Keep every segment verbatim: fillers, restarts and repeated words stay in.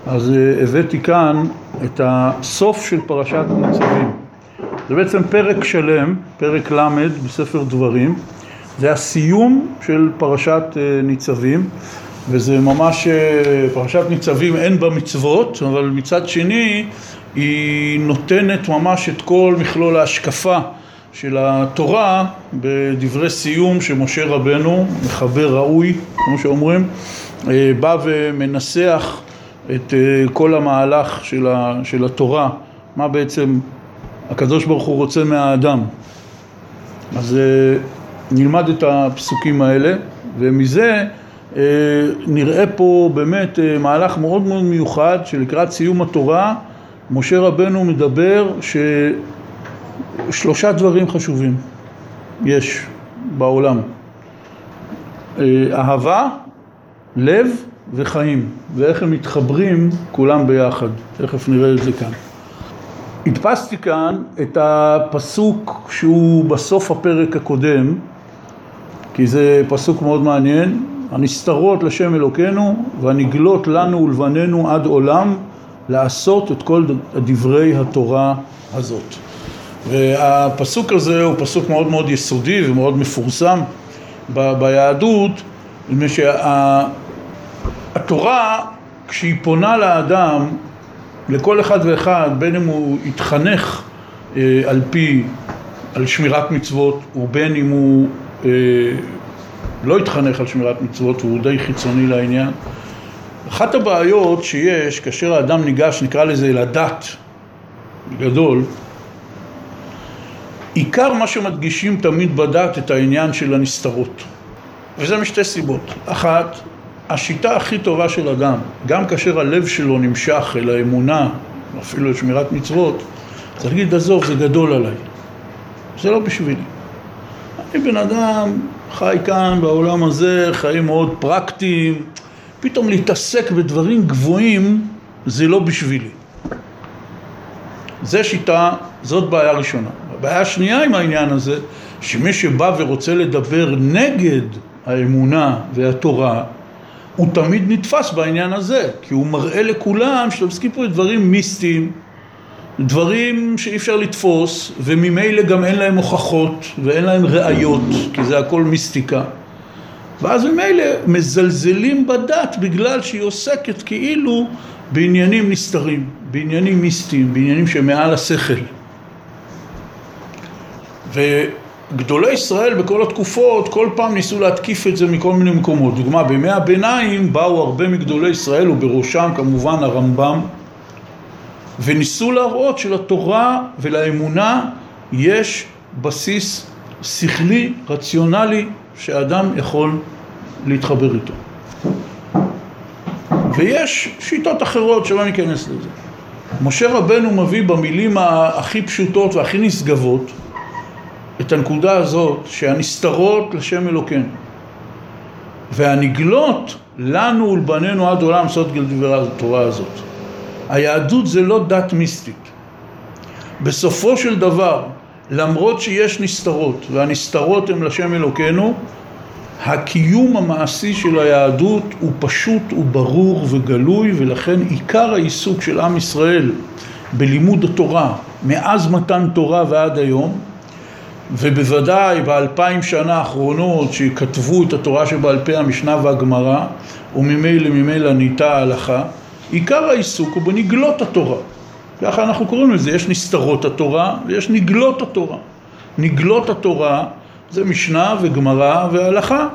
אז הבאתי כאן את הסוף של פרשת ניצבים. זה בעצם פרק שלם, פרק למד בספר דברים. זה הסיום של פרשת ניצבים, וזה ממש, פרשת ניצבים אין בה מצוות, אבל מצד שני היא נותנת ממש את כל מכלול ההשקפה של התורה בדברי סיום שמשה רבנו, מחבר ראוי, כמו שאומרים, בא ומנסח את כל המהלך של, ה, של התורה, מה בעצם הקדוש ברוך הוא רוצה מהאדם. אז נלמד את הפסוקים האלה, ומזה נראה פה באמת מהלך מאוד מאוד מיוחד שלקראת סיום התורה משה רבנו מדבר ששלושה דברים חשובים יש בעולם: אהבה, לב וחיים, ואיך הם מתחברים כולם ביחד. תכף נראה את זה כאן. הדפסתי כאן את הפסוק שהוא בסוף הפרק הקודם, כי זה פסוק מאוד מעניין. הנסתרות לשם אלוקינו והנגלות לנו ולבנינו עד עולם לעשות את כל דברי התורה הזאת. והפסוק הזה הוא פסוק מאוד מאוד יסודי ומאוד מפורסם ב- ביהדות, מפני שהתורה כשהיא פונה לאדם, לכל אחד ואחד, בין אם הוא יתחנך אה, על פי, על שמירת מצוות, ובין אם הוא אה, לא יתחנך על שמירת מצוות, והוא די חיצוני לעניין. אחת הבעיות שיש כאשר האדם ניגש, נקרא לזה לדת גדול, עיקר מה שמדגישים תמיד בדת את העניין של הנסתרות. וזה משתי סיבות. אחת, השיטה הכי טובה של אדם, גם כאשר הלב שלו נמשך אל האמונה, אפילו את שמירת מצוות, צריך להגיד, עזוב, זה גדול עליי. זה לא בשבילי. אני בן אדם חי כאן בעולם הזה, חיים מאוד פרקטיים, פתאום להתעסק בדברים גבוהים, זה לא בשבילי. זה שיטה, זאת בעיה ראשונה. הבעיה השנייה עם העניין הזה, שמי שבא ורוצה לדבר נגד האמונה והתורה, הוא תמיד נתפס בעניין הזה, כי הוא מראה לכולם שאתם עוסקים פה דברים מיסטיים, דברים שאי אפשר לתפוס, וממילא גם אין להם הוכחות ואין להם ראיות, כי זה הכל מיסטיקה. ואז ממילא מזלזלים בדת בגלל שהיא עוסקת כאילו בעניינים נסתרים, בעניינים מיסטיים, בעניינים שמעל השכל. וגדולי ישראל בכל התקופות כל פעם ניסו להתקיף את זה מכל מיני מקומות. דוגמה, בימי הביניים באו הרבה מגדולי ישראל, ובראשם כמובן הרמב"ם, וניסו להראות שלתורה ולאמונה יש בסיס שכלי, רציונלי, שאדם יכול להתחבר איתו. ויש שיטות אחרות שלא ניכנס לזה. משה רבנו מביא במילים הכי פשוטות והכי נשגבות את הנקודה הזאת שהנסתרות לשם אלוקינו והנגלות לנו ולבנינו עד עולם סוד דברי התורה הזאת. היהדות זה לא דת מיסטית. בסופו של דבר, למרות שיש נסתרות והנסתרות הן לשם אלוקינו, הקיום המעשי של היהדות הוא פשוט וברור וגלוי, ולכן עיקר העיסוק של עם ישראל בלימוד התורה מאז מתן תורה ועד היום, ובוודאי באלפיים שנה האחרונות שכתבו את התורה שבעל פה, המשנה והגמרא, וממילא ממילא נהייתה ההלכה, עיקר העיסוק הוא בנגלות התורה. ככה אנחנו קוראים לזה, יש נסתרות התורה ויש נגלות התורה. נגלות התורה זה משנה וגמרא והלכה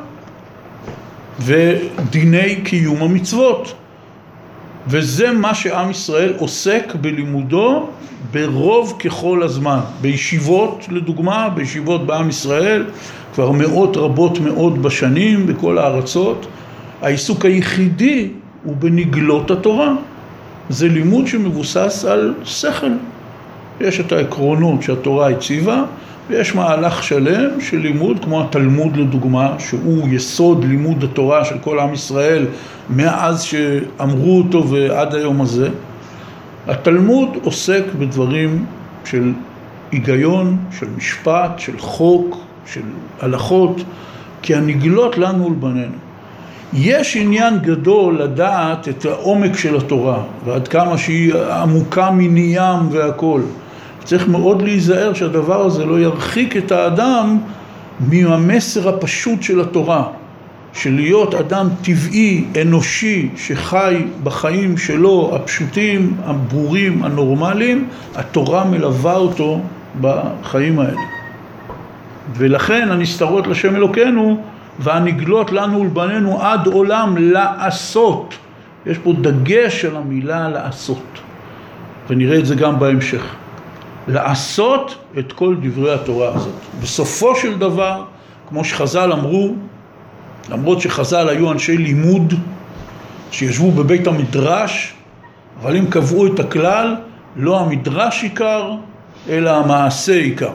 ודיני קיום המצוות, וזה מה שעם ישראל עוסק בלימודו ברוב ככל הזמן. בישיבות לדוגמה, בישיבות בעם ישראל כבר מאות רבות מאוד בשנים בכל הארצות, העיסוק היחידי הוא בנגלות התורה. זה לימוד שמבוסס על שכל. יש את העקרונות שהתורה הציבה, ויש מהלך שלם של לימוד, כמו התלמוד לדוגמה, שהוא יסוד לימוד התורה של כל עם ישראל, מאז שאמרו אותו ועד היום הזה. התלמוד עוסק בדברים של היגיון, של משפט, של חוק, של הלכות, כי הנגלות לנו ולבנינו. יש עניין גדול לדעת את העומק של התורה, ועד כמה שהיא עמוקה מניים והכל. צריך מאוד להיזהר שהדבר הזה לא ירחיק את האדם מהמסר הפשוט של התורה, של להיות אדם טבעי, אנושי, שחי בחיים שלו, הפשוטים, הברורים, הנורמליים, התורה מלווה אותו בחיים האלה. ולכן הנסתרות לשם אלוקינו, והנגלות לנו ולבנינו עד עולם לעשות. יש פה דגש על המילה לעשות. ונראה את זה גם בהמשך. לעשות את כל דברי התורה הזאת. בסופו של דבר, כמו שחז"ל אמרו, למרות שחז"ל היו אנשי לימוד, שישבו בבית המדרש, אבל הם קבעו את הכלל, לא המדרש עיקר, אלא המעשה עיקר.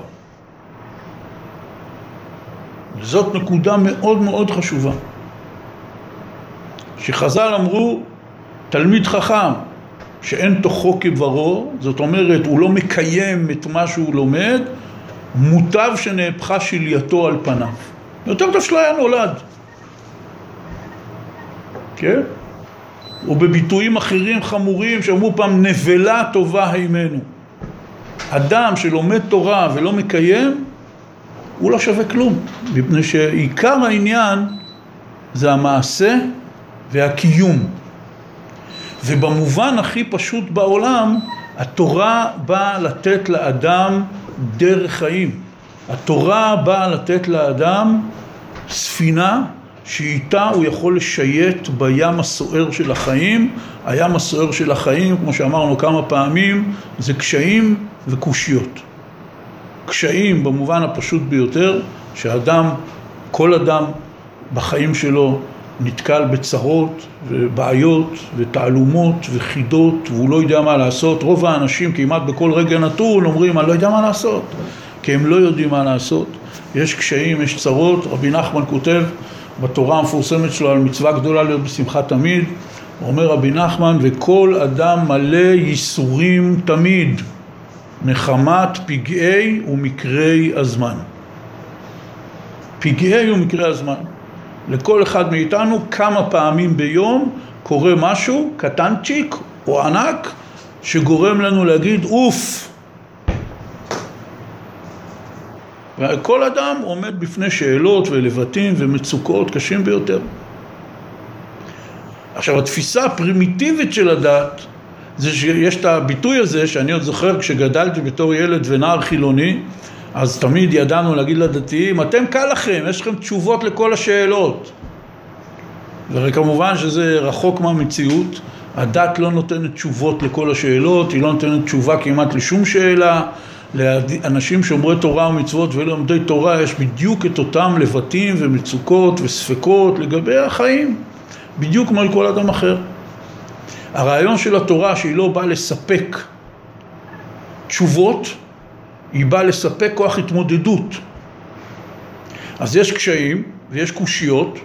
וזאת נקודה מאוד מאוד חשובה. שחז"ל אמרו, תלמיד חכם, שאין תוכו כברו, זאת אומרת, הוא לא מקיים את מה שהוא לומד, מוטב שנהפכה שלייתו על פניו. יותר טוב שלא היה נולד. כן? ובביטויים אחרים חמורים שאמרו פעם, נבלה טובה הימנו. אדם שלומד תורה ולא מקיים, הוא לא שווה כלום, מפני שעיקר העניין זה המעשה והקיום. ובמובן הכי פשוט בעולם, התורה באה לתת לאדם דרך חיים. התורה באה לתת לאדם ספינה שאיתה הוא יכול לשייט בים הסוער של החיים. הים הסוער של החיים, כמו שאמרנו כמה פעמים, זה קשיים וקושיות. קשיים במובן הפשוט ביותר, שאדם, כל אדם בחיים שלו נתקל בצרות ובעיות ותעלומות וחידות, והוא לא יודע מה לעשות. רוב האנשים כמעט בכל רגע נתון אומרים, אני לא יודע מה לעשות, כי הם לא יודעים מה לעשות. יש קשיים, יש צרות. רבי נחמן כותב בתורה המפורסמת שלו על מצווה גדולה להיות בשמחה תמיד, הוא אומר רבי נחמן, וכל אדם מלא ייסורים תמיד, נחמת פגעי ומקרי הזמן. פגעי ומקרי הזמן. לכל אחד מאיתנו כמה פעמים ביום קורה משהו קטנצ'יק או ענק שגורם לנו להגיד אוף. וכל אדם עומד בפני שאלות ולבטים ומצוקות קשים ביותר. עכשיו, התפיסה הפרימיטיבית של הדת זה שיש את הביטוי הזה שאני עוד זוכר כשגדלתי בתור ילד ונער חילוני, אז תמיד ידענו להגיד לדתיים, אתם קל לכם, יש לכם תשובות לכל השאלות. וכמובן שזה רחוק מהמציאות, הדת לא נותנת תשובות לכל השאלות, היא לא נותנת תשובה כמעט לשום שאלה. לאנשים שומרי תורה ומצוות ולומדי תורה יש בדיוק את אותם לבטים ומצוקות וספקות לגבי החיים, בדיוק כמו לכל אדם אחר. הרעיון של התורה שהיא לא באה לספק תשובות, היא באה לספק כוח התמודדות. אז יש קשיים ויש קושיות,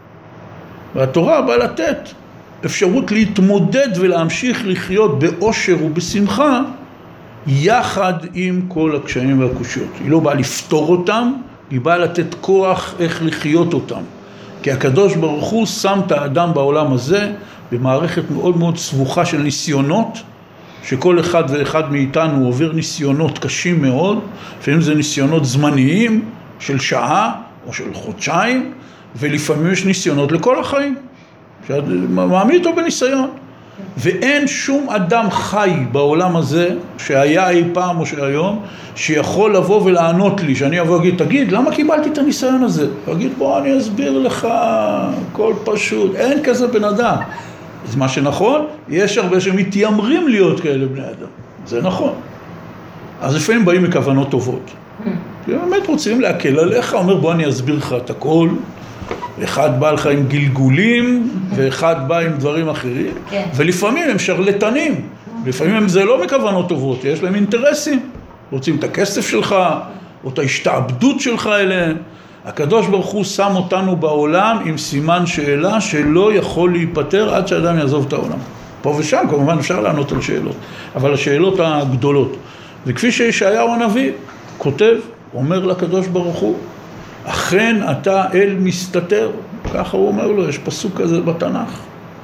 והתורה באה לתת אפשרות להתמודד ולהמשיך לחיות באושר ובשמחה יחד עם כל הקשיים והקושיות. היא לא באה לפתור אותם, היא באה לתת כוח איך לחיות אותם. כי הקדוש ברוך הוא שם את האדם בעולם הזה במערכת מאוד מאוד סבוכה של ניסיונות, שכל אחד ואחד מאיתנו עובר ניסיונות קשים מאוד, לפעמים זה ניסיונות זמניים של שעה או של חודשיים, ולפעמים יש ניסיונות לכל החיים, שמעמיד אותו בניסיון. ואין שום אדם חי בעולם הזה, שהיה אי פעם או שהיום, שיכול לבוא ולענות לי, שאני אבוא להגיד, תגיד, למה קיבלתי את הניסיון הזה? תגיד, בוא אני אסביר לך, הכל פשוט, אין כזה בן אדם. זה מה שנכון, יש הרבה שמתיימרים להיות כאלה בני אדם, זה נכון. אז לפעמים באים מכוונות טובות. כי באמת רוצים להקל עליך, אומר בוא אני אסביר לך את הכל, אחד בא לך עם גלגולים, ואחד בא עם דברים אחרים, כן. ולפעמים הם שרלטנים, לפעמים זה לא מכוונות טובות, יש להם אינטרסים, רוצים את הכסף שלך, או את ההשתעבדות שלך אליהם. הקדוש ברוך הוא שם אותנו בעולם עם סימן שאלה שלא יכול להיפטר עד שאדם יעזוב את העולם. פה ושם כמובן אפשר לענות על שאלות, אבל השאלות הגדולות. וכפי שישעיהו הנביא כותב, אומר לקדוש ברוך הוא, אכן אתה אל מסתתר, ככה הוא אומר לו, יש פסוק כזה בתנ"ך.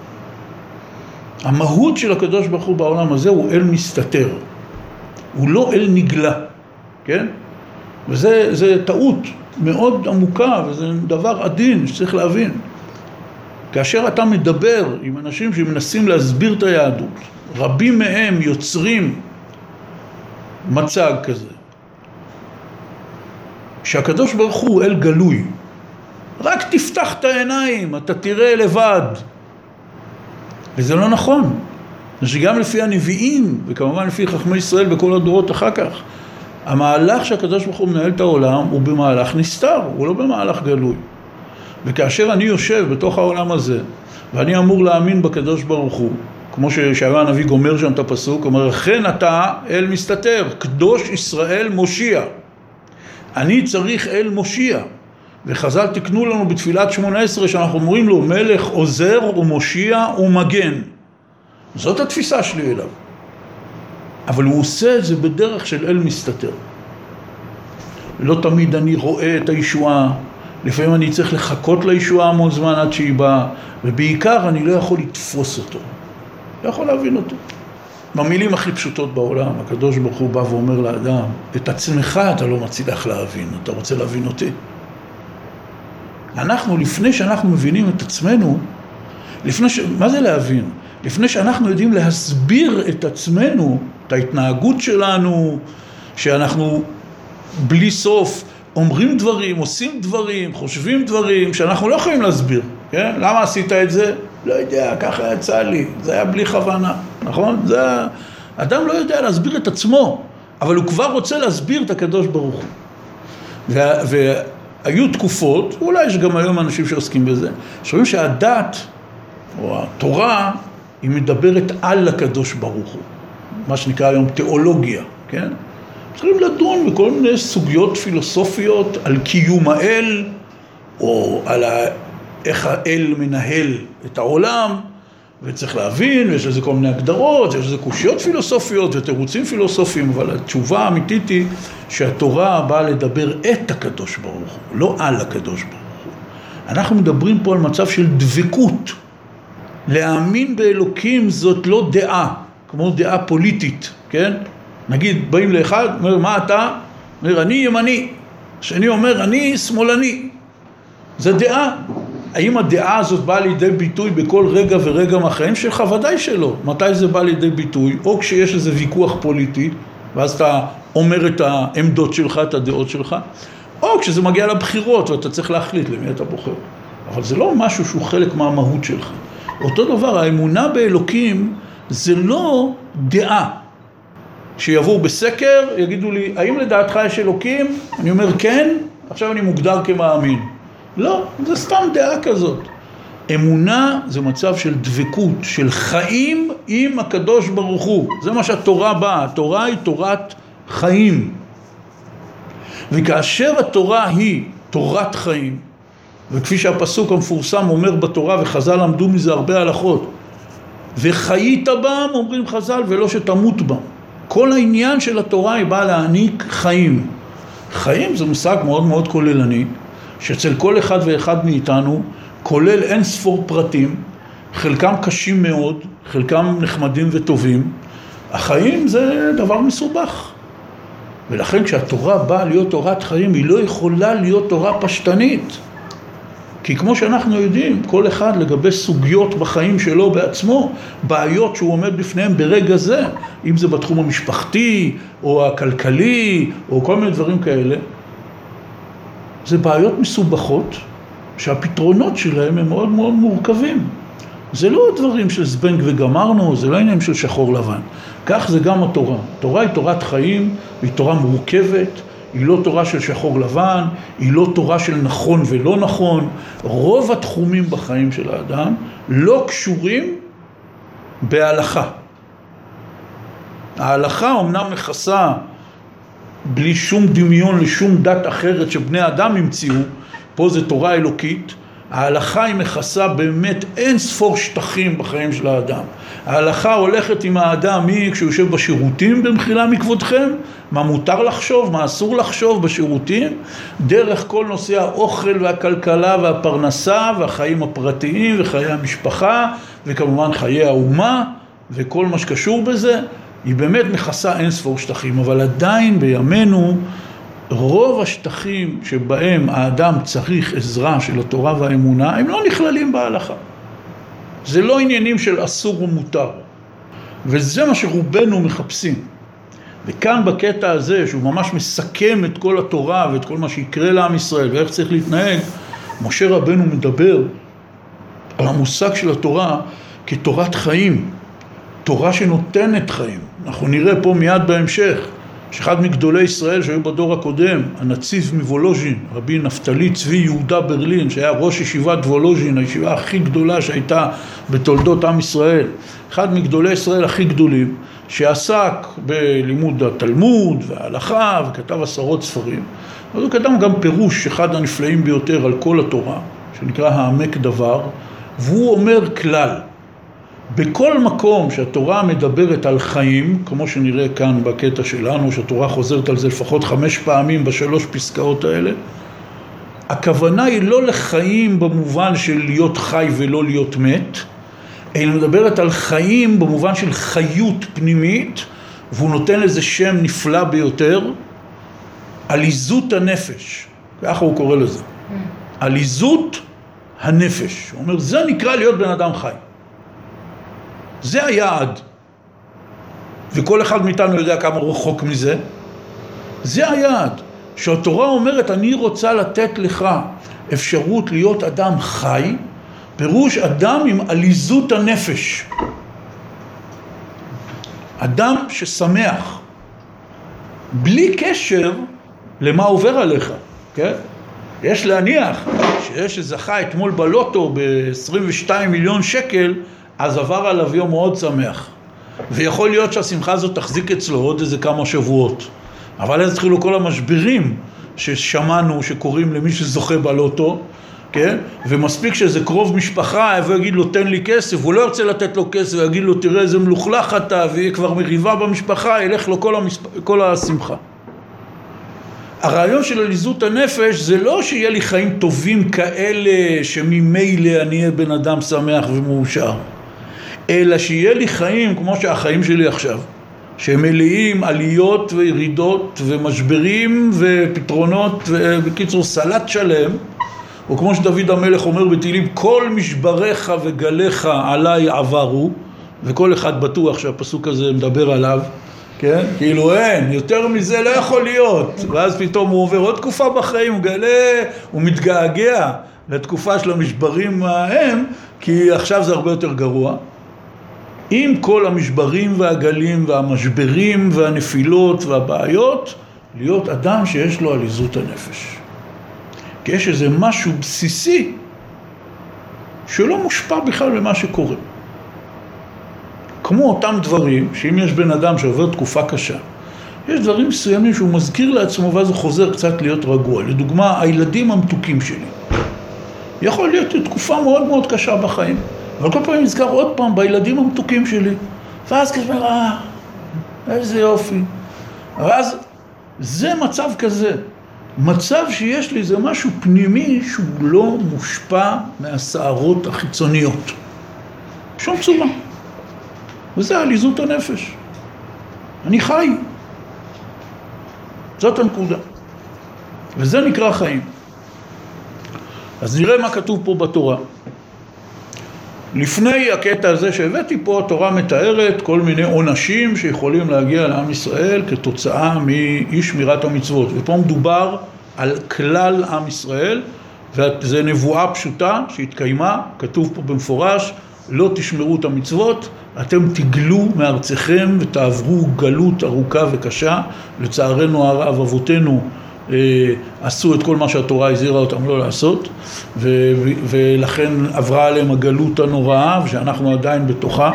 המהות של הקדוש ברוך הוא בעולם הזה הוא אל מסתתר. הוא לא אל נגלה, כן? וזה זה טעות מאוד עמוקה, וזה דבר עדין שצריך להבין. כאשר אתה מדבר עם אנשים שמנסים להסביר את היהדות, רבים מהם יוצרים מצג כזה, שהקדוש ברוך הוא אל גלוי. רק תפתח את העיניים, אתה תראה לבד. וזה לא נכון. שגם לפי הנביאים, וכמובן לפי חכמי ישראל בכל הדורות אחר כך, המהלך שהקדוש ברוך הוא מנהל את העולם הוא במהלך נסתר, הוא לא במהלך גלוי. וכאשר אני יושב בתוך העולם הזה, ואני אמור להאמין בקדוש ברוך הוא, כמו שישעיהו הנביא גומר שם את הפסוק, אומר, כן אתה אל מסתתר, קדוש ישראל מושיע. אני צריך אל מושיע. וחז"ל תקנו לנו בתפילת שמונה עשרה שאנחנו אומרים לו, מלך עוזר ומושיע ומגן. זאת התפיסה שלי אליו. אבל הוא עושה את זה בדרך של אל מסתתר. לא תמיד אני רואה את הישועה, לפעמים אני צריך לחכות לישועה המון זמן עד שהיא באה, ובעיקר אני לא יכול לתפוס אותו. לא יכול להבין אותו. במילים הכי פשוטות בעולם, הקדוש ברוך הוא בא ואומר לאדם, את עצמך אתה לא מצליח להבין, אתה רוצה להבין אותי. אנחנו, לפני שאנחנו מבינים את עצמנו, לפני ש... מה זה להבין? לפני שאנחנו יודעים להסביר את עצמנו, את ההתנהגות שלנו, שאנחנו בלי סוף אומרים דברים, עושים דברים, חושבים דברים, שאנחנו לא יכולים להסביר. כן? למה עשית את זה? לא יודע, ככה יצא לי, זה היה בלי כוונה, נכון? זה... אדם לא יודע להסביר את עצמו, אבל הוא כבר רוצה להסביר את הקדוש ברוך הוא. וה... והיו תקופות, אולי יש גם היום אנשים שעוסקים בזה, שרואים שהדת או התורה היא מדברת על הקדוש ברוך הוא, מה שנקרא היום תיאולוגיה, כן? צריכים לדון בכל מיני סוגיות פילוסופיות על קיום האל, או על ה... איך האל מנהל את העולם, וצריך להבין, ויש לזה כל מיני הגדרות, יש לזה קושיות פילוסופיות ותירוצים פילוסופיים, אבל התשובה האמיתית היא שהתורה באה לדבר את הקדוש ברוך הוא, לא על הקדוש ברוך הוא. אנחנו מדברים פה על מצב של דבקות. להאמין באלוקים זאת לא דעה, כמו דעה פוליטית, כן? נגיד, באים לאחד, אומר, מה אתה? אומר, אני ימני. השני אומר, אני שמאלני. זה דעה. האם הדעה הזאת באה לידי ביטוי בכל רגע ורגע מהחיים שלך? ודאי שלא. מתי זה בא לידי ביטוי? או כשיש איזה ויכוח פוליטי, ואז אתה אומר את העמדות שלך, את הדעות שלך, או כשזה מגיע לבחירות ואתה צריך להחליט למי אתה בוחר. אבל זה לא משהו שהוא חלק מהמהות שלך. אותו דבר, האמונה באלוקים זה לא דעה. שיבואו בסקר, יגידו לי, האם לדעתך יש אלוקים? אני אומר כן, עכשיו אני מוגדר כמאמין. לא, זה סתם דעה כזאת. אמונה זה מצב של דבקות, של חיים עם הקדוש ברוך הוא. זה מה שהתורה באה. התורה היא תורת חיים. וכאשר התורה היא תורת חיים, וכפי שהפסוק המפורסם אומר בתורה, וחז"ל למדו מזה הרבה הלכות, וחיית בם, אומרים חז"ל, ולא שתמות בם. כל העניין של התורה היא באה להעניק חיים. חיים זה מושג מאוד מאוד כוללני, שאצל כל אחד ואחד מאיתנו כולל אין ספור פרטים, חלקם קשים מאוד, חלקם נחמדים וטובים. החיים זה דבר מסובך. ולכן כשהתורה באה להיות תורת חיים, היא לא יכולה להיות תורה פשטנית. כי כמו שאנחנו יודעים, כל אחד לגבי סוגיות בחיים שלו בעצמו, בעיות שהוא עומד בפניהם ברגע זה, אם זה בתחום המשפחתי, או הכלכלי, או כל מיני דברים כאלה, זה בעיות מסובכות, שהפתרונות שלהם הם מאוד מאוד מורכבים. זה לא דברים של זבנג וגמרנו, זה לא עניין של שחור לבן. כך זה גם התורה. התורה היא תורת חיים, היא תורה מורכבת, היא לא תורה של שחור לבן, היא לא תורה של נכון ולא נכון. רוב התחומים בחיים של האדם לא קשורים בהלכה. ההלכה אומנם מכסה בלי שום דמיון לשום דת אחרת שבני אדם המציאו, פה זה תורה אלוקית, ההלכה היא מכסה באמת אין ספור שטחים בחיים של האדם. ההלכה הולכת עם האדם מי כשהוא יושב בשירותים במחילה מכבודכם, מה מותר לחשוב, מה אסור לחשוב בשירותים, דרך כל נושא האוכל והכלכלה והפרנסה והחיים הפרטיים וחיי המשפחה וכמובן חיי האומה וכל מה שקשור בזה, היא באמת מכסה אין ספור שטחים, אבל עדיין בימינו רוב השטחים שבהם האדם צריך עזרה של התורה והאמונה, הם לא נכללים בהלכה. זה לא עניינים של אסור ומותר. וזה מה שרובנו מחפשים. וכאן בקטע הזה, שהוא ממש מסכם את כל התורה ואת כל מה שיקרה לעם ישראל ואיך צריך להתנהג, משה רבנו מדבר על המושג של התורה כתורת חיים. תורה שנותנת חיים. אנחנו נראה פה מיד בהמשך. שאחד מגדולי ישראל שהיו בדור הקודם, הנציב מוולוז'ין, רבי נפתלי צבי יהודה ברלין, שהיה ראש ישיבת וולוז'ין, הישיבה הכי גדולה שהייתה בתולדות עם ישראל, אחד מגדולי ישראל הכי גדולים, שעסק בלימוד התלמוד וההלכה וכתב עשרות ספרים, אז הוא כתב גם פירוש, אחד הנפלאים ביותר על כל התורה, שנקרא העמק דבר, והוא אומר כלל, בכל מקום שהתורה מדברת על חיים, כמו שנראה כאן בקטע שלנו, שהתורה חוזרת על זה לפחות חמש פעמים בשלוש פסקאות האלה, הכוונה היא לא לחיים במובן של להיות חי ולא להיות מת, אלא מדברת על חיים במובן של חיות פנימית, והוא נותן לזה שם נפלא ביותר, עליזות הנפש, ככה הוא קורא לזה, עליזות הנפש, הוא אומר זה נקרא להיות בן אדם חי. זה היעד, וכל אחד מאיתנו יודע כמה רחוק מזה. זה היעד, שהתורה אומרת אני רוצה לתת לך אפשרות להיות אדם חי, פירוש אדם עם עליזות הנפש, אדם ששמח, בלי קשר למה עובר עליך, כן? יש להניח שיש שזכה אתמול בלוטו ב-עשרים ושתיים מיליון שקל, אז עבר עליו יום מאוד שמח. ויכול להיות שהשמחה הזאת תחזיק אצלו עוד איזה כמה שבועות. אבל אז התחילו כל המשברים ששמענו שקוראים למי שזוכה בלוטו, כן? ומספיק שזה קרוב משפחה, ויגיד לו תן לי כסף, הוא לא ירצה לתת לו כסף, ויגיד לו תראה איזה מלוכלך אתה, ויהיה כבר מריבה במשפחה, ילך לו כל, המספ... כל השמחה. הרעיון של עליזות הנפש זה לא שיהיה לי חיים טובים כאלה שממילא אני אהיה בן אדם שמח ומאושר, אלא שיהיה לי חיים כמו שהחיים שלי עכשיו, שהם מלאים עליות וירידות ומשברים ופתרונות, ובקיצור סלט שלם, או כמו שדוד המלך אומר בתהילים, כל משבריך וגליך עליי עברו, וכל אחד בטוח שהפסוק הזה מדבר עליו, כן? כאילו אין, יותר מזה לא יכול להיות. ואז פתאום הוא עובר עוד תקופה בחיים, הוא גלה, הוא מתגעגע לתקופה של המשברים ההם, כי עכשיו זה הרבה יותר גרוע. עם כל המשברים והגלים והמשברים והנפילות והבעיות, להיות אדם שיש לו עליזות הנפש. כי יש איזה משהו בסיסי שלא מושפע בכלל במה שקורה. כמו אותם דברים, שאם יש בן אדם שעובר תקופה קשה, יש דברים מסוימים שהוא מזכיר לעצמו ואז הוא חוזר קצת להיות רגוע. לדוגמה, הילדים המתוקים שלי. יכול להיות תקופה מאוד מאוד קשה בחיים, אבל כל פעם נזכר עוד פעם בילדים המתוקים שלי. ואז כזה, אה, איזה יופי. ואז זה מצב כזה. מצב שיש לי זה משהו פנימי שהוא לא מושפע מהסערות החיצוניות. שום צורה. וזה עליזות הנפש. אני חי. זאת הנקודה. וזה נקרא חיים. אז נראה מה כתוב פה בתורה. לפני הקטע הזה שהבאתי פה, התורה מתארת כל מיני עונשים שיכולים להגיע לעם ישראל כתוצאה מאי שמירת המצוות. ופה מדובר על כלל עם ישראל, וזה נבואה פשוטה שהתקיימה, כתוב פה במפורש, לא תשמרו את המצוות, אתם תגלו מארצכם ותעברו גלות ארוכה וקשה. לצערנו הרב, אבותינו אה, עשו את כל מה שהתורה הזהירה אותם לא לעשות, ו- ו- ולכן עברה עליהם הגלות הנוראה, ושאנחנו עדיין בתוכה.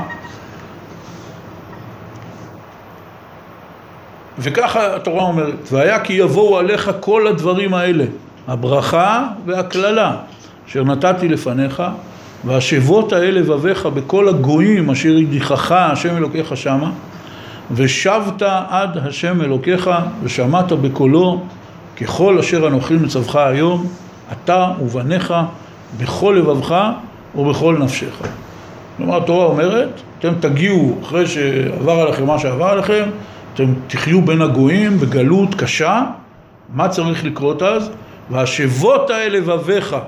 וככה התורה אומרת, והיה כי יבואו עליך כל הדברים האלה, הברכה והכללה, אשר נתתי לפניך, והשבות האלה לבביך בכל הגויים אשר ידיחך השם אלוקיך שמה, ושבת עד השם אלוקיך ושמעת בקולו ככל אשר אנוכי מצווך היום, אתה ובניך בכל לבבך ובכל נפשך. כלומר, התורה אומרת, אתם תגיעו אחרי שעבר עליכם מה שעבר עליכם, אתם תחיו בין הגויים בגלות קשה. מה צריך לקרות אז? והשבות האלה לבביך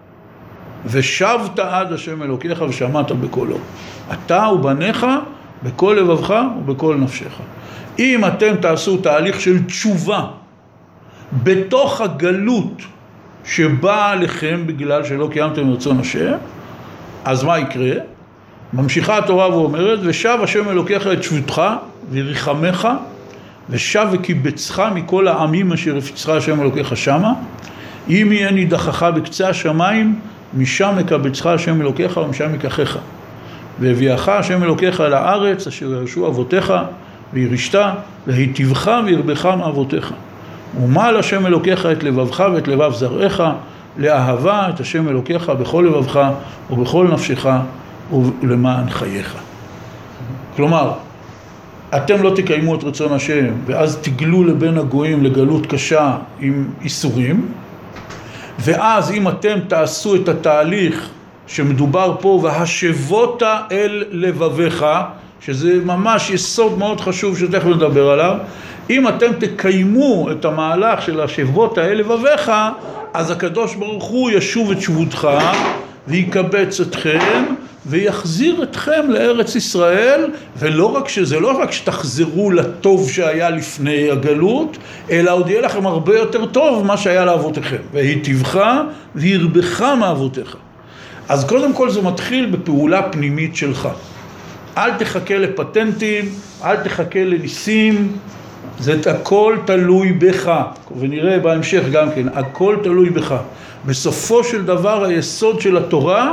ושבת עד השם אלוקיך ושמעת בקולו, אתה ובניך בכל לבבך ובכל נפשך. אם אתם תעשו תהליך של תשובה בתוך הגלות שבאה עליכם בגלל שלא קיימתם רצון השם, אז מה יקרה? ממשיכה התורה ואומרת, ושב השם אלוקיך את שבותך ויריחמך, ושב וקיבצך מכל העמים אשר הפצך השם אלוקיך שמה, אם יהיה נידחך בקצה השמיים, משם יקבצך השם אלוקיך ומשם יקחך. והביאך השם אלוקיך אל הארץ אשר ירשו אבותיך וירשת, והיטיבך וירבך מאבותיך. ומעל השם אלוקיך את לבבך ואת לבב זרעך, לאהבה את השם אלוקיך בכל לבבך ובכל נפשך ולמען חייך. כלומר, אתם לא תקיימו את רצון השם, ואז תגלו לבין הגויים לגלות קשה עם איסורים, ואז אם אתם תעשו את התהליך שמדובר פה, והשבות אל לבביך, שזה ממש יסוד מאוד חשוב שתכף נדבר עליו, אם אתם תקיימו את המהלך של השבות אל לבביך, אז הקדוש ברוך הוא ישוב את שבותך ויקבץ אתכם ויחזיר אתכם לארץ ישראל, ולא רק שזה, לא רק שתחזרו לטוב שהיה לפני הגלות, אלא עוד יהיה לכם הרבה יותר טוב מה שהיה לאבותיכם. והיטיבך וירבך מאבותיך. אז קודם כל זה מתחיל בפעולה פנימית שלך. אל תחכה לפטנטים, אל תחכה לניסים, זה הכל תלוי בך, ונראה בהמשך גם כן, הכל תלוי בך. בסופו של דבר היסוד של התורה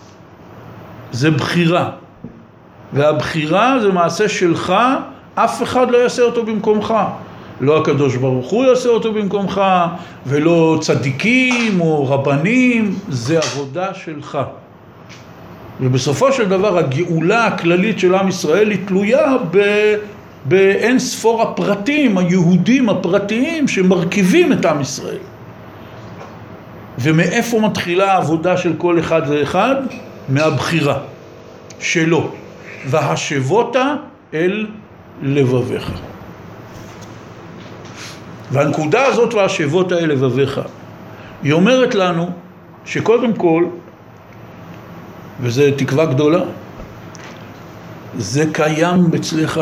זה בחירה, והבחירה זה מעשה שלך, אף אחד לא יעשה אותו במקומך. לא הקדוש ברוך הוא יעשה אותו במקומך, ולא צדיקים או רבנים, זה עבודה שלך. ובסופו של דבר הגאולה הכללית של עם ישראל היא תלויה ב... באין ספור הפרטים, היהודים הפרטיים שמרכיבים את עם ישראל. ומאיפה מתחילה העבודה של כל אחד ואחד? מהבחירה שלו. והשבות אל לבביך. והנקודה הזאת והשבות אל לבביך, היא אומרת לנו שקודם כל, וזה תקווה גדולה, זה קיים אצלך.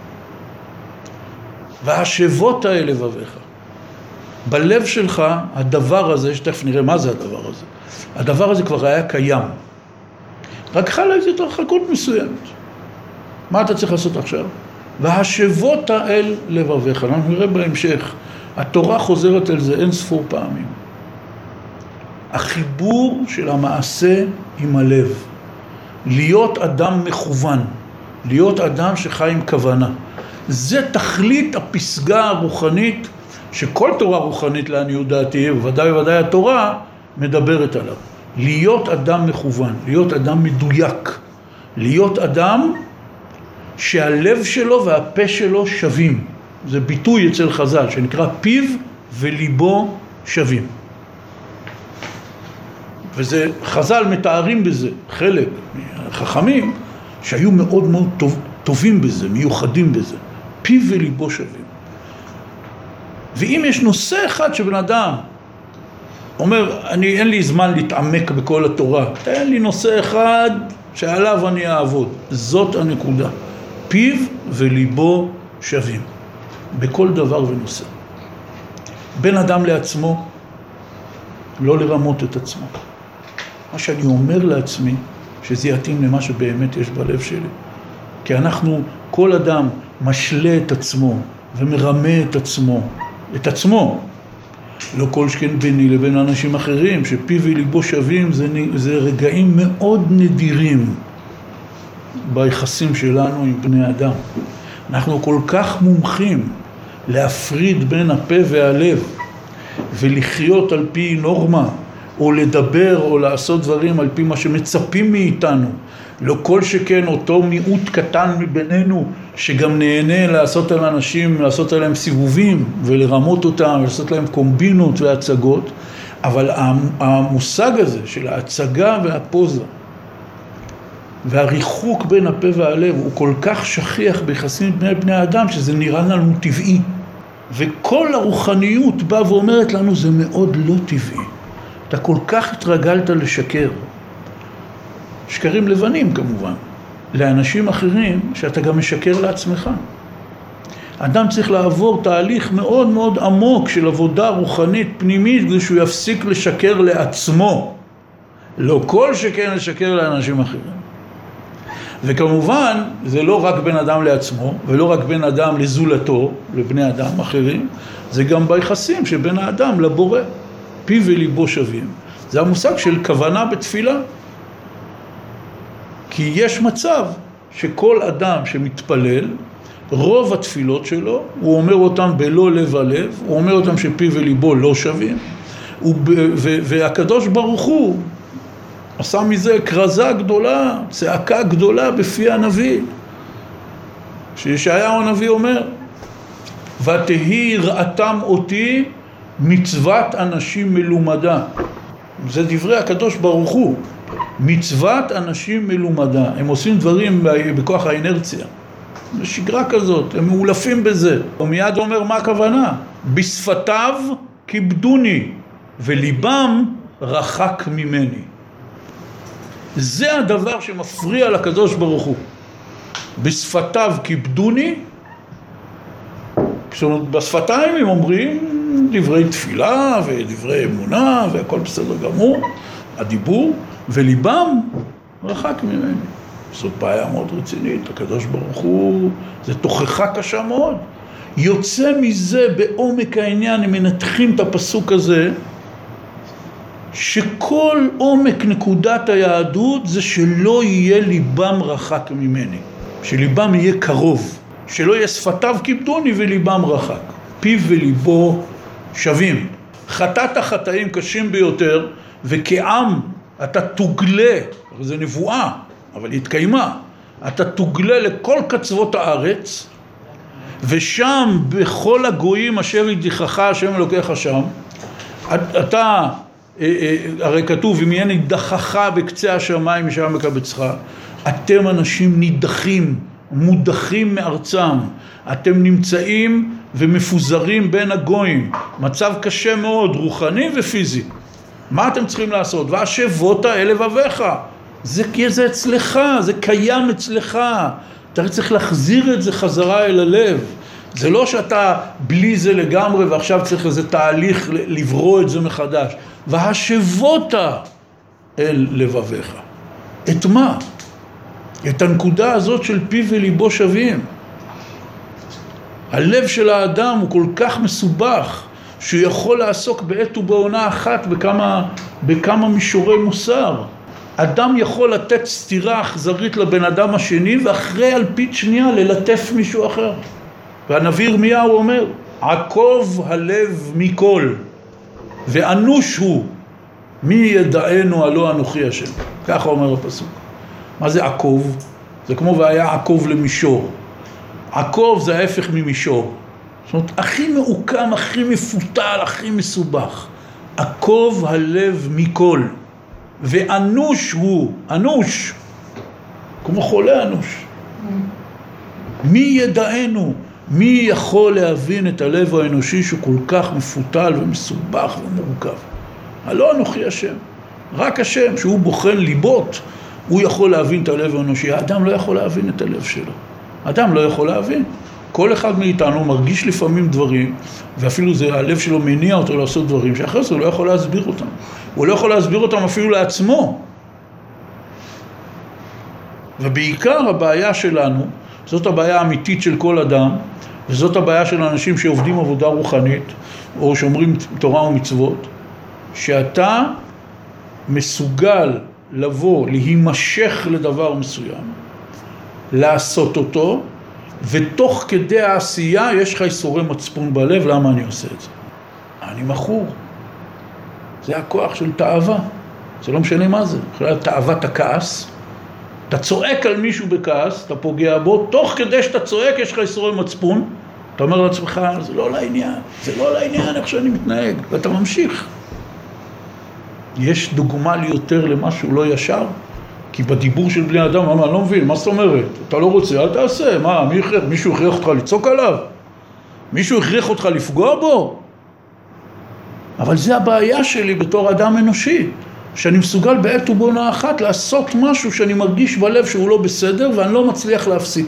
והשבות אל לבביך. בלב שלך הדבר הזה, שתכף נראה מה זה הדבר הזה, הדבר הזה כבר היה קיים. רק חלה איזו התרחקות מסוימת. מה אתה צריך לעשות עכשיו? והשבות אל לבביך. אנחנו נראה בהמשך. התורה חוזרת על זה אין ספור פעמים. החיבור של המעשה עם הלב. להיות אדם מכוון. להיות אדם שחי עם כוונה. זה תכלית הפסגה הרוחנית, שכל תורה רוחנית לעניות דעתי, בוודאי ובוודאי התורה, מדברת עליו. להיות אדם מכוון, להיות אדם מדויק, להיות אדם שהלב שלו והפה שלו שווים. זה ביטוי אצל חז"ל שנקרא פיו וליבו שווים. וזה, חז"ל מתארים בזה, חלק מהחכמים שהיו מאוד מאוד טוב, טובים בזה, מיוחדים בזה. פיו וליבו שווים. ואם יש נושא אחד שבן אדם אומר, אני, אין לי זמן להתעמק בכל התורה, תן לי נושא אחד שעליו אני אעבוד. זאת הנקודה. פיו וליבו שווים. בכל דבר ונושא. בין אדם לעצמו, לא לרמות את עצמו. מה שאני אומר לעצמי, שזה יתאים למה שבאמת יש בלב שלי. כי אנחנו, כל אדם משלה את עצמו ומרמה את עצמו, את עצמו. לא כל שכן ביני לבין אנשים אחרים, שפיו וליבו שווים, זה, זה רגעים מאוד נדירים ביחסים שלנו עם בני אדם. אנחנו כל כך מומחים להפריד בין הפה והלב, ולחיות על פי נורמה, או לדבר או לעשות דברים על פי מה שמצפים מאיתנו. לא כל שכן אותו מיעוט קטן מבינינו שגם נהנה לעשות על אנשים, לעשות עליהם סיבובים ולרמות אותם ולעשות להם קומבינות והצגות. אבל המושג הזה של ההצגה והפוזה והריחוק בין הפה והלב הוא כל כך שכיח ביחסים בני בני האדם שזה נראה לנו טבעי. וכל הרוחניות באה ואומרת לנו זה מאוד לא טבעי. אתה כל כך התרגלת לשקר. שקרים לבנים כמובן. לאנשים אחרים שאתה גם משקר לעצמך. אדם צריך לעבור תהליך מאוד מאוד עמוק של עבודה רוחנית פנימית כדי שהוא יפסיק לשקר לעצמו. לא כל שכן לשקר לאנשים אחרים. וכמובן זה לא רק בין אדם לעצמו ולא רק בין אדם לזולתו, לבני אדם אחרים, זה גם ביחסים שבין האדם לבורא. פיו וליבו שווים. זה המושג של כוונה בתפילה. כי יש מצב שכל אדם שמתפלל, רוב התפילות שלו, הוא אומר אותם בלא לב הלב, הוא אומר אותם שפיו וליבו לא שווים, והקדוש ברוך הוא עשה מזה קרזה גדולה, צעקה גדולה בפי הנביא, שישעיהו הנביא אומר, ותהי רעתם אותי מצוות אנשים מלומדה. זה דברי הקדוש ברוך הוא, מצוות אנשים מלומדה. הם עושים דברים בכוח האינרציה. בשגרה כזאת, הם מאולפים בזה. ומיד אומר מה הכוונה? בשפתיו כיבדוני, וליבם רחק ממני. זה הדבר שמפריע לקדוש ברוך הוא. בשפתיו כיבדוני, בשפתיים הם אומרים דברי תפילה ודברי אמונה והכל בסדר גמור, הדיבור, וליבם רחק ממני. זאת בעיה מאוד רצינית, הקדוש ברוך הוא, זה תוכחה קשה מאוד. יוצא מזה בעומק העניין, הם מנתחים את הפסוק הזה, שכל עומק נקודת היהדות זה שלא יהיה ליבם רחק ממני, שליבם יהיה קרוב, שלא יהיה שפתיו כיבדוני וליבם רחק, פיו וליבו שווים. חטאת החטאים קשים ביותר, וכעם אתה תוגלה, זה נבואה, אבל היא התקיימה, אתה תוגלה לכל קצוות הארץ, ושם בכל הגויים אשר ידיחך השם אלוקיך שם, אתה, הרי כתוב, אם יהיה נידחך בקצה השמיים משם מקבצך, אתם אנשים נידחים, מודחים מארצם, אתם נמצאים ומפוזרים בין הגויים, מצב קשה מאוד, רוחני ופיזי. מה אתם צריכים לעשות? והשבות אל לבביך. זה, זה אצלך, זה קיים אצלך. אתה צריך להחזיר את זה חזרה אל הלב. זה לא שאתה בלי זה לגמרי ועכשיו צריך איזה תהליך לברוא את זה מחדש. והשבות אל לבביך. את מה? את הנקודה הזאת של פיו וליבו שווים. הלב של האדם הוא כל כך מסובך, שהוא יכול לעסוק בעת ובעונה אחת בכמה, בכמה מישורי מוסר. אדם יכול לתת סתירה אכזרית לבן אדם השני, ואחרי אלפית שנייה ללטף מישהו אחר. והנביא ירמיהו אומר, עקוב הלב מכל, ואנוש הוא, מי ידענו הלא אנוכי השם. ככה אומר הפסוק. מה זה עקוב? זה כמו והיה עקוב למישור. עקוב זה ההפך ממישור. זאת אומרת, הכי מעוקם, הכי מפותל, הכי מסובך. עקוב הלב מכל. ואנוש הוא, אנוש, כמו חולה אנוש. מי ידענו? מי יכול להבין את הלב האנושי שהוא כל כך מפותל ומסובך ומורכב? הלא אנוכי השם. רק השם, שהוא בוחן ליבות, הוא יכול להבין את הלב האנושי. האדם לא יכול להבין את הלב שלו. האדם לא יכול להבין. כל אחד מאיתנו מרגיש לפעמים דברים, ואפילו זה, הלב שלו מניע אותו לעשות דברים, שאחרי זה הוא לא יכול להסביר אותם. הוא לא יכול להסביר אותם אפילו לעצמו. ובעיקר הבעיה שלנו, זאת הבעיה האמיתית של כל אדם, וזאת הבעיה של אנשים שעובדים עבודה רוחנית, או שאומרים תורה ומצוות, שאתה מסוגל לבוא, להימשך לדבר מסוים, לעשות אותו, ותוך כדי העשייה יש לך איסורי מצפון בלב, למה אני עושה את זה? אני מכור. זה הכוח של תאווה. זה לא משנה מה זה. תאוות הכעס. אתה צועק על מישהו בכעס, אתה פוגע בו, תוך כדי שאתה צועק יש לך יסורי מצפון, אתה אומר לעצמך, זה לא לעניין, זה לא לעניין איך שאני מתנהג, ואתה ממשיך. יש דוגמה לי יותר למשהו לא ישר, כי בדיבור של בני אדם, מה, אני לא מבין, מה זאת אומרת? אתה לא רוצה, אל תעשה, מה, מי הכריח, מישהו הכריח אותך לצעוק עליו? מישהו הכריח אותך לפגוע בו? אבל זה הבעיה שלי בתור אדם אנושי, שאני מסוגל בעת ובעונה אחת לעשות משהו שאני מרגיש בלב שהוא לא בסדר, ואני לא מצליח להפסיק.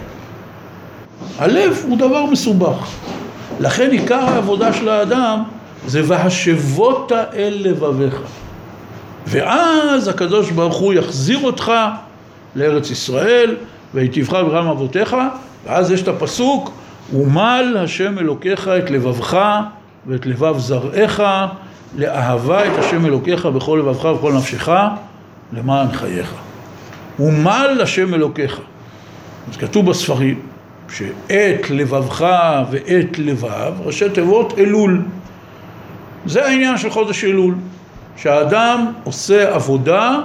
הלב הוא דבר מסובך. לכן עיקר העבודה של האדם זה והשבות אל לבביך. ואז הקדוש ברוך הוא יחזיר אותך לארץ ישראל, ויטיבך בגרם אבותיך, ואז יש את הפסוק, ומל השם אלוקיך את לבבך ואת לבב זרעך, לאהבה את השם אלוקיך בכל לבבך ובכל נפשך, למען חייך. ומל השם אלוקיך. אז כתוב בספרים, שאת לבבך ואת לבב, ראשי תיבות אלול. זה העניין של חודש אלול, שהאדם עושה עבודה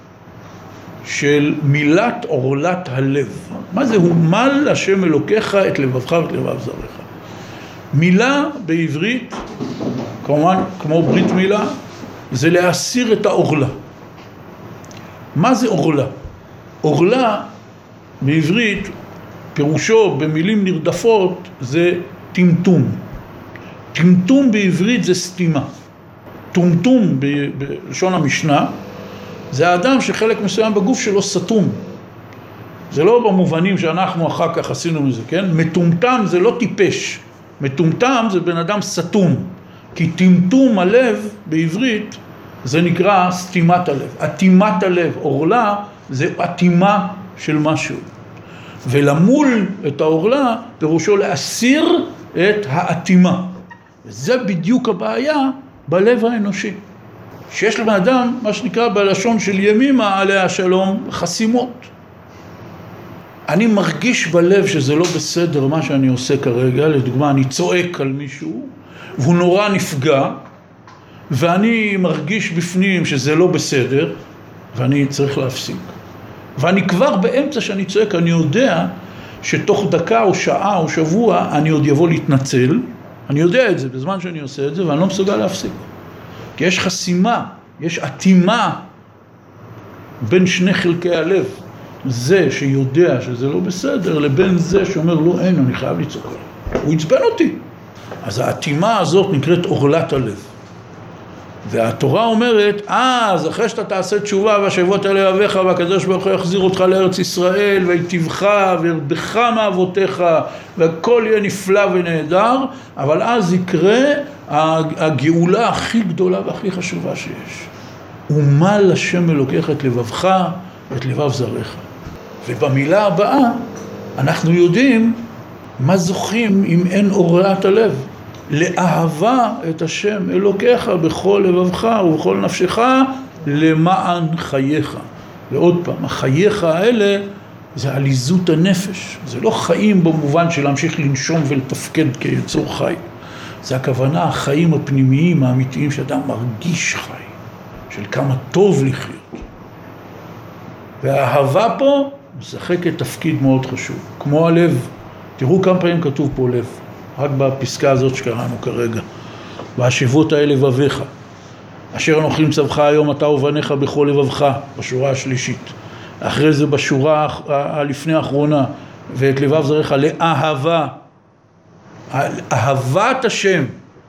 של מילת עורלת הלב. מה זה? ומל השם אלוקיך את לבבך ואת לבב זרעך. מילה בעברית, כמובן כמו ברית מילה, זה להסיר את העורלה. מה זה עורלה? עורלה בעברית, פירושו במילים נרדפות, זה טמטום. טמטום בעברית זה סתימה. טומטום בלשון המשנה, זה האדם שחלק מסוים בגוף שלו סתום. זה לא במובנים שאנחנו אחר כך עשינו מזה, כן? מטומטם זה לא טיפש. מטומטם זה בן אדם סתום. כי טמטום הלב בעברית זה נקרא סתימת הלב. אטימת הלב, עורלה, זה אטימה של משהו. ולמול את העורלה פירושו להסיר את האטימה. וזה בדיוק הבעיה בלב האנושי. שיש לבן אדם, מה שנקרא בלשון של ימימה עליה השלום, חסימות. אני מרגיש בלב שזה לא בסדר מה שאני עושה כרגע, לדוגמה אני צועק על מישהו, והוא נורא נפגע, ואני מרגיש בפנים שזה לא בסדר, ואני צריך להפסיק. ואני כבר באמצע שאני צועק, אני יודע שתוך דקה או שעה או שבוע אני עוד יבוא להתנצל, אני יודע את זה בזמן שאני עושה את זה, ואני לא מסוגל להפסיק. כי יש חסימה, יש אטימה בין שני חלקי הלב. זה שיודע שזה לא בסדר, לבין זה שאומר לא, אין, אני חייב לצעוק עליו. הוא יצבן אותי. אז האטימה הזאת נקראת עורלת הלב. והתורה אומרת, אז אחרי שאתה תעשה תשובה והשבות אל לבביך, והקדוש ברוך הוא יחזיר אותך לארץ ישראל, ויטיבך וירבך מאבותיך, והכל יהיה נפלא ונהדר, אבל אז יקרה הגאולה הכי גדולה והכי חשובה שיש. ומל השם אלוקיך את לבבך ואת לבב זרעך. ובמילה הבאה אנחנו יודעים מה זוכים אם אין עורלת הלב. לאהבה את השם אלוקיך בכל לבבך ובכל נפשך למען חייך. ועוד פעם, החייך האלה זה עליזות הנפש. זה לא חיים במובן של להמשיך לנשום ולתפקד כיצור חי. זה הכוונה, החיים הפנימיים האמיתיים שאדם מרגיש חי, של כמה טוב לחיות. והאהבה פה משחקת תפקיד מאוד חשוב, כמו הלב. תראו כמה פעמים כתוב פה לב, רק בפסקה הזאת שקראנו כרגע. והשבות אל לבביך, אשר אנוכי מצווך היום אתה ובניך בכל לבבך, בשורה השלישית. אחרי זה בשורה הלפני האחרונה, ואת לבב זרעך לאהבה. אהבת השם.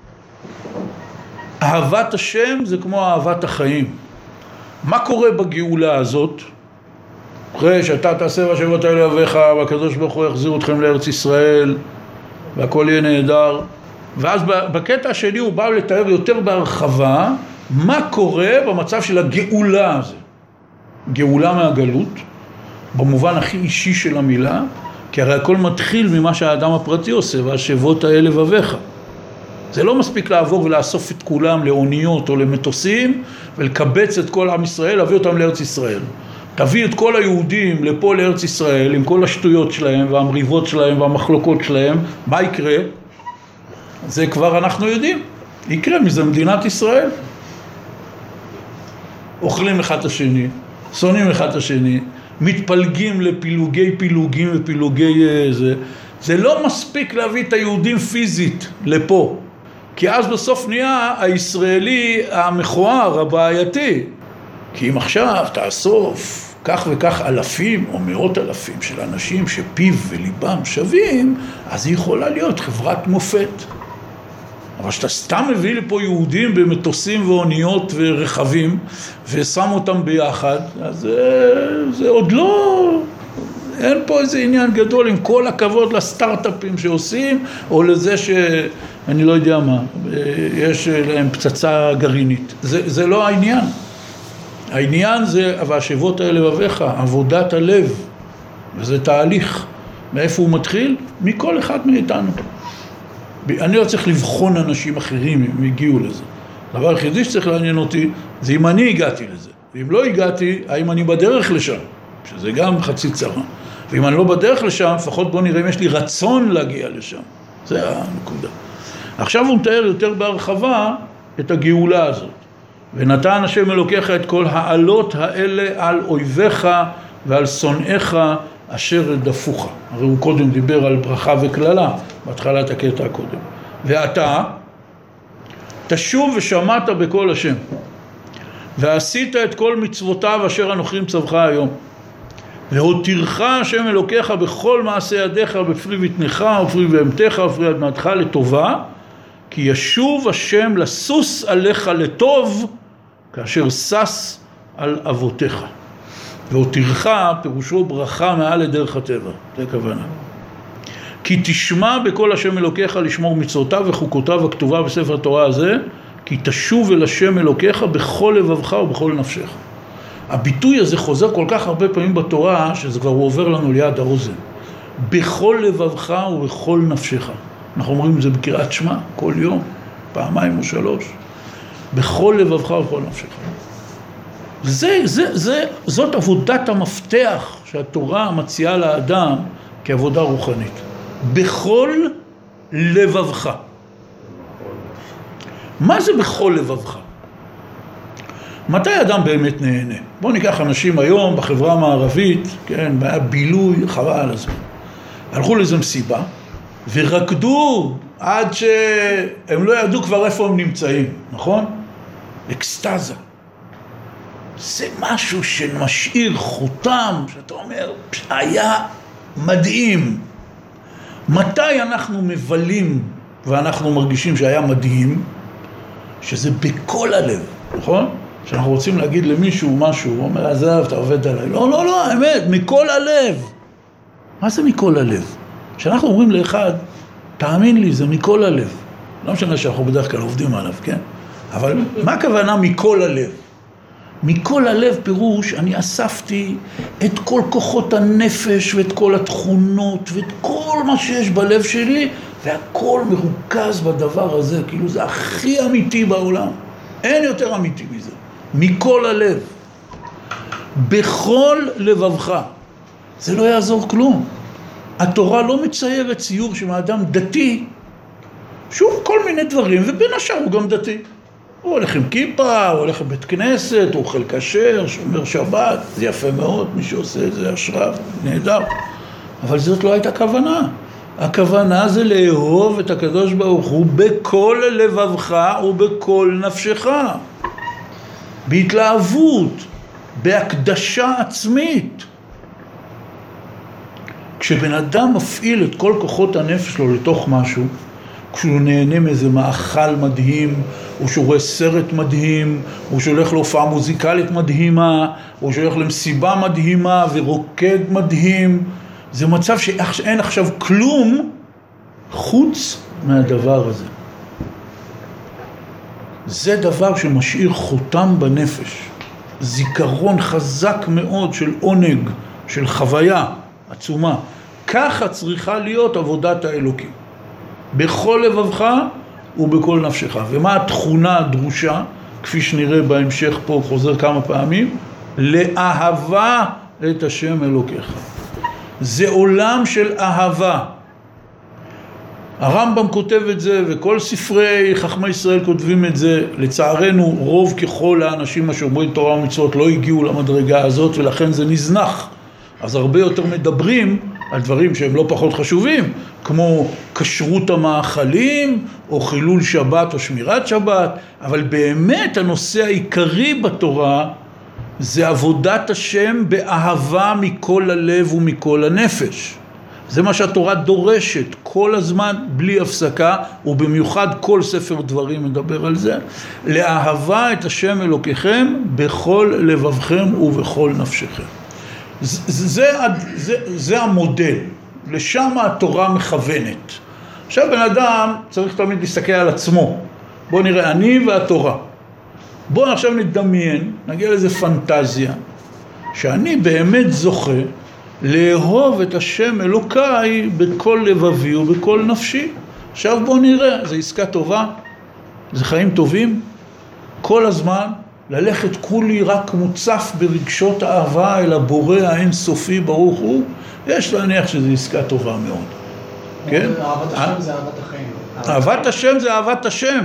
אהבת השם זה כמו אהבת החיים. מה קורה בגאולה הזאת? אחרי שאתה תעשה והשבות אל לבביך, והקדוש ברוך הוא יחזיר אתכם לארץ ישראל, והכל יהיה נהדר. ואז בקטע השני הוא בא לתאר יותר בהרחבה מה קורה במצב של הגאולה הזה. גאולה מהגלות, במובן הכי אישי של המילה, כי הרי הכל מתחיל ממה שהאדם הפרטי עושה, והשבות אל לבביך. זה לא מספיק לעבור ולאסוף את כולם לאוניות או למטוסים, ולקבץ את כל עם ישראל, להביא אותם לארץ ישראל. תביא את כל היהודים לפה לארץ ישראל, עם כל השטויות שלהם, והמריבות שלהם, והמחלוקות שלהם, מה יקרה? זה כבר אנחנו יודעים. יקרה מזה מדינת ישראל. אוכלים אחד את השני, שונאים אחד את השני, מתפלגים לפילוגי פילוגים ופילוגי זה. זה לא מספיק להביא את היהודים פיזית לפה, כי אז בסוף נהיה הישראלי המכוער, הבעייתי. כי אם עכשיו תאסוף כך וכך אלפים או מאות אלפים של אנשים שפיו וליבם שווים, אז היא יכולה להיות חברת מופת. אבל שאתה סתם מביא לפה יהודים במטוסים ואוניות ורכבים ושם אותם ביחד, אז זה, זה עוד לא... אין פה איזה עניין גדול, עם כל הכבוד לסטארט-אפים שעושים, או לזה שאני לא יודע מה, יש להם פצצה גרעינית. זה, זה לא העניין. העניין זה, והשבות האלה לבביך, עבודת הלב, וזה תהליך. מאיפה הוא מתחיל? מכל אחד מאיתנו. אני לא צריך לבחון אנשים אחרים אם הגיעו לזה. הדבר היחידי שצריך לעניין אותי, זה אם אני הגעתי לזה. ואם לא הגעתי, האם אני בדרך לשם, שזה גם חצי צרה. ואם אני לא בדרך לשם, לפחות בוא נראה אם יש לי רצון להגיע לשם. זה הנקודה. עכשיו הוא מתאר יותר בהרחבה את הגאולה הזאת. ונתן השם אלוקיך את כל העלות האלה על אויביך ועל שונאיך אשר דפוך. הרי הוא קודם דיבר על ברכה וכללה, בהתחלת הקטע הקודם. ואתה תשוב ושמעת בקול השם, ועשית את כל מצוותיו אשר אנוכי מצווך היום. והותירך השם אלוקיך בכל מעשה ידיך, בפרי בטנך ופרי בהמתך ופרי אדמתך לטובה, כי ישוב השם לסוס עליך לטוב, כאשר סס על אבותיך. והותירך פירושו ברכה מעל לדרך הטבע, זה כוונה. כי תשמע בכל השם אלוקיך לשמור מצוותיו וחוקותיו הכתובה בספר התורה הזה, כי תשוב אל השם אלוקיך בכל לבבך ובכל נפשך. הביטוי הזה חוזר כל כך הרבה פעמים בתורה, שזה כבר עובר לנו ליד האוזן. בכל לבבך ובכל נפשך. אנחנו אומרים את זה בקריאת שמע, כל יום, פעמיים או שלוש. בכל לבבך ובכל נפשך. זה, זה, זה, זאת עבודת המפתח שהתורה מציעה לאדם כעבודה רוחנית. בכל לבבך. מה זה בכל לבבך? מתי אדם באמת נהנה? בואו ניקח אנשים היום בחברה המערבית, כן, היה בילוי, חבל על הזמן. הלכו לאיזו מסיבה, ורקדו עד שהם לא ידעו כבר איפה הם נמצאים, נכון? אקסטאזה. זה משהו שמשאיר חותם, שאתה אומר, היה מדהים. מתי אנחנו מבלים ואנחנו מרגישים שהיה מדהים? שזה בכל הלב, נכון? שאנחנו רוצים להגיד למישהו משהו, הוא אומר, עזב, אתה עובד עליי. לא, לא, לא, האמת, מכל הלב. מה זה מכל הלב? כשאנחנו אומרים לאחד, תאמין לי, זה מכל הלב. לא משנה שאנחנו בדרך כלל עובדים עליו, כן? אבל מה הכוונה מכל הלב? מכל הלב פירוש, אני אספתי את כל כוחות הנפש ואת כל התכונות ואת כל מה שיש בלב שלי, והכל מרוכז בדבר הזה, כאילו זה הכי אמיתי בעולם. אין יותר אמיתי מזה. מכל הלב. בכל לבבך. זה לא יעזור כלום. התורה לא מציירת ציור שמאדם דתי, שוב כל מיני דברים, ובין השאר הוא גם דתי. הוא הולך עם כיפה, הוא הולך לבית כנסת, הוא אוכל כשר, שומר שבת, זה יפה מאוד, מי שעושה את זה אשריו, נהדר. אבל זאת לא הייתה כוונה. הכוונה זה לאהוב את הקדוש ברוך הוא בכל לבבך ובכל נפשך. בהתלהבות, בהקדשה עצמית. כשבן אדם מפעיל את כל כוחות הנפש שלו לתוך משהו, כשהוא נהנה מאיזה מאכל מדהים, או שהוא רואה סרט מדהים, או שהוא הולך להופעה מוזיקלית מדהימה, או שהוא הולך למסיבה מדהימה ורוקד מדהים, זה מצב שאין עכשיו כלום חוץ מהדבר הזה. זה דבר שמשאיר חותם בנפש, זיכרון חזק מאוד של עונג, של חוויה עצומה. ככה צריכה להיות עבודת האלוקים. בכל לבבך ובכל נפשך. ומה התכונה הדרושה, כפי שנראה בהמשך פה, חוזר כמה פעמים? לאהבה את השם אלוקיך. זה עולם של אהבה. הרמב"ם כותב את זה, וכל ספרי חכמי ישראל כותבים את זה. לצערנו, רוב ככל האנשים השומרים תורה ומצוות לא הגיעו למדרגה הזאת, ולכן זה נזנח. אז הרבה יותר מדברים על דברים שהם לא פחות חשובים, כמו כשרות המאכלים, או חילול שבת או שמירת שבת, אבל באמת הנושא העיקרי בתורה זה עבודת השם באהבה מכל הלב ומכל הנפש. זה מה שהתורה דורשת כל הזמן בלי הפסקה, ובמיוחד כל ספר דברים מדבר על זה. לאהבה את השם אלוקיכם בכל לבבכם ובכל נפשכם. זה, זה, זה, זה המודל, לשם התורה מכוונת. עכשיו בן אדם צריך תמיד להסתכל על עצמו. בוא נראה, אני והתורה. בוא עכשיו נדמיין, נגיע לאיזה פנטזיה, שאני באמת זוכה לאהוב את השם אלוקיי בכל לבבי ובכל נפשי. עכשיו בוא נראה, זה עסקה טובה, זה חיים טובים, כל הזמן ללכת כולי רק מוצף ברגשות האהבה אל הבורא האינסופי ברוך הוא, יש להניח שזו עסקה טובה מאוד. כן? אהבת השם זה אהבת החיים. אהבת השם זה אהבת השם.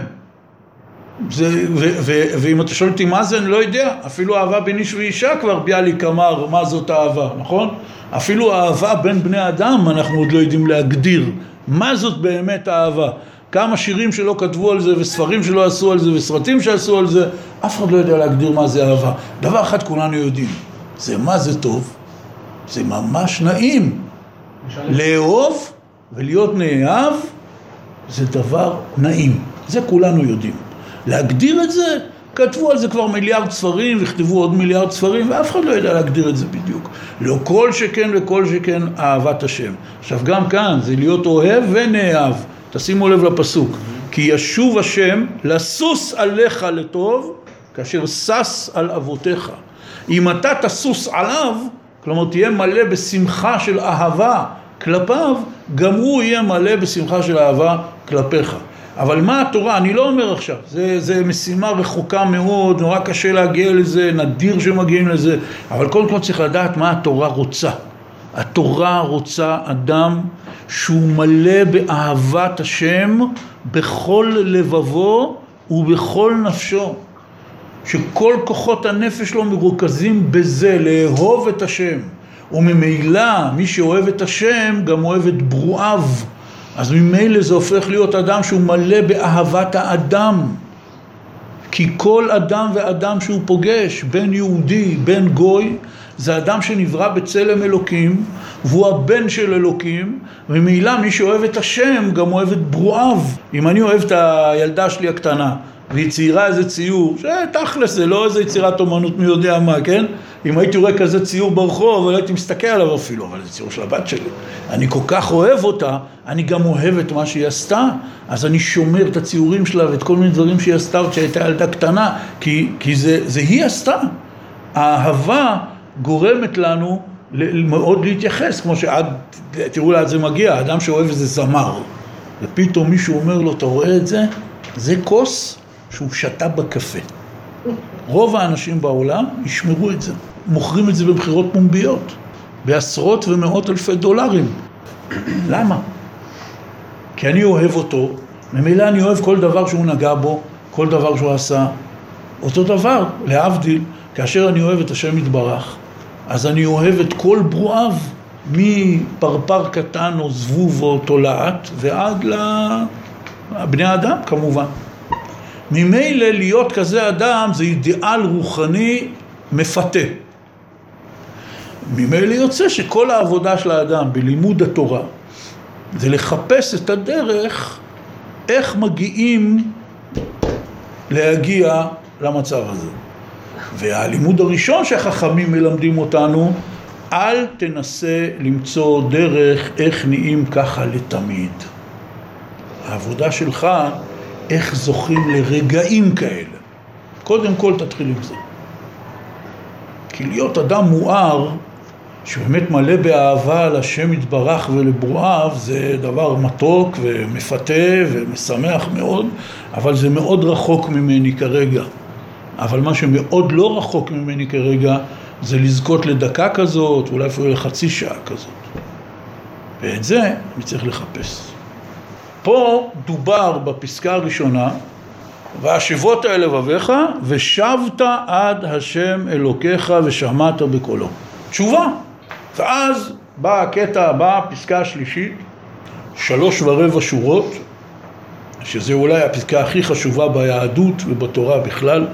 זה, ו, ו, ואם אתה שואל אותי מה זה, אני לא יודע. אפילו אהבה בין איש ואישה כבר ביאליק אמר מה זאת אהבה, נכון? אפילו אהבה בין בני אדם אנחנו עוד לא יודעים להגדיר מה זאת באמת אהבה. כמה שירים שלא כתבו על זה וספרים שלא עשו על זה וסרטים שעשו על זה, אף אחד לא יודע להגדיר מה זה אהבה. דבר אחד כולנו יודעים, זה מה זה טוב, זה ממש נעים. לאהוב ולהיות נאהב זה דבר נעים, זה כולנו יודעים. להגדיר את זה, כתבו על זה כבר מיליארד ספרים וכתבו עוד מיליארד ספרים, ואף אחד לא יודע להגדיר את זה בדיוק. לא כל שכן וכל שכן אהבת השם. עכשיו גם כאן זה להיות אוהב ונאהב. תשימו לב לפסוק, כי ישוב השם לסוס עליך לטוב כאשר סס על אבותיך. אם אתה תסוס עליו, כלומר תהיה מלא בשמחה של אהבה כלפיו, גם הוא יהיה מלא בשמחה של אהבה כלפיך. אבל מה התורה? אני לא אומר עכשיו, זה, זה משימה רחוקה מאוד, נורא קשה להגיע לזה, נדיר שמגיעים לזה, אבל קודם כל צריך לדעת מה התורה רוצה. התורה רוצה אדם שהוא מלא באהבת השם בכל לבבו ובכל נפשו. שכל כוחות הנפש שלו מרוכזים בזה, לאהוב את השם. וממילא מי שאוהב את השם גם אוהב את ברואיו. אז ממילא זה הופך להיות אדם שהוא מלא באהבת האדם. כי כל אדם ואדם שהוא פוגש, בין יהודי, בין גוי, זה אדם שנברא בצלם אלוקים, והוא הבן של אלוקים, וממילא מי שאוהב את השם גם אוהב את ברואיו. אם אני אוהב את הילדה שלי הקטנה, והיא ציירה איזה ציור, שתכלס זה לא איזה יצירת אומנות מי יודע מה, כן? אם הייתי רואה כזה ציור ברחוב, לא הייתי מסתכל עליו אפילו, אבל זה ציור של הבת שלי. אני כל כך אוהב אותה, אני גם אוהב את מה שהיא עשתה, אז אני שומר את הציורים שלה ואת כל מיני דברים שהיא עשתה כשהייתה ילדה קטנה, כי, כי זה, זה היא עשתה. האהבה גורמת לנו מאוד להתייחס, כמו שעד, תראו לאט זה מגיע, האדם שאוהב איזה זמר, ופתאום מישהו אומר לו, אתה רואה את זה? זה כוס שהוא שתה בקפה. רוב האנשים בעולם ישמרו את זה. מוכרים את זה במחירות פומביות, בעשרות ומאות אלפי דולרים. למה? כי אני אוהב אותו, ממילא אני אוהב כל דבר שהוא נגע בו, כל דבר שהוא עשה. אותו דבר, להבדיל, כאשר אני אוהב את השם יתברך, אז אני אוהב את כל ברואיו, מפרפר קטן או זבוב או תולעת, ועד לבני האדם כמובן. ממילא להיות כזה אדם זה אידיאל רוחני מפתה. ממילא יוצא שכל העבודה של האדם בלימוד התורה זה לחפש את הדרך איך מגיעים להגיע למצב הזה. והלימוד הראשון שהחכמים מלמדים אותנו, אל תנסה למצוא דרך איך נהיים ככה לתמיד. העבודה שלך איך זוכים לרגעים כאלה. קודם כל תתחיל עם זה. כי להיות אדם מואר, שבאמת מלא באהבה לשם יתברך ולברואיו, זה דבר מתוק ומפתה ומשמח מאוד, אבל זה מאוד רחוק ממני כרגע. אבל מה שמאוד לא רחוק ממני כרגע, זה לזכות לדקה כזאת, אולי אפילו לחצי שעה כזאת. ואת זה אני צריך לחפש. פה דובר בפסקה הראשונה, והשבות אל לבביך ושבת עד השם אלוקיך ושמעת בקולו. תשובה. ואז בא הקטע הבא, הפסקה השלישית, שלוש ורבע שורות, שזה אולי הפסקה הכי חשובה ביהדות ובתורה בכלל.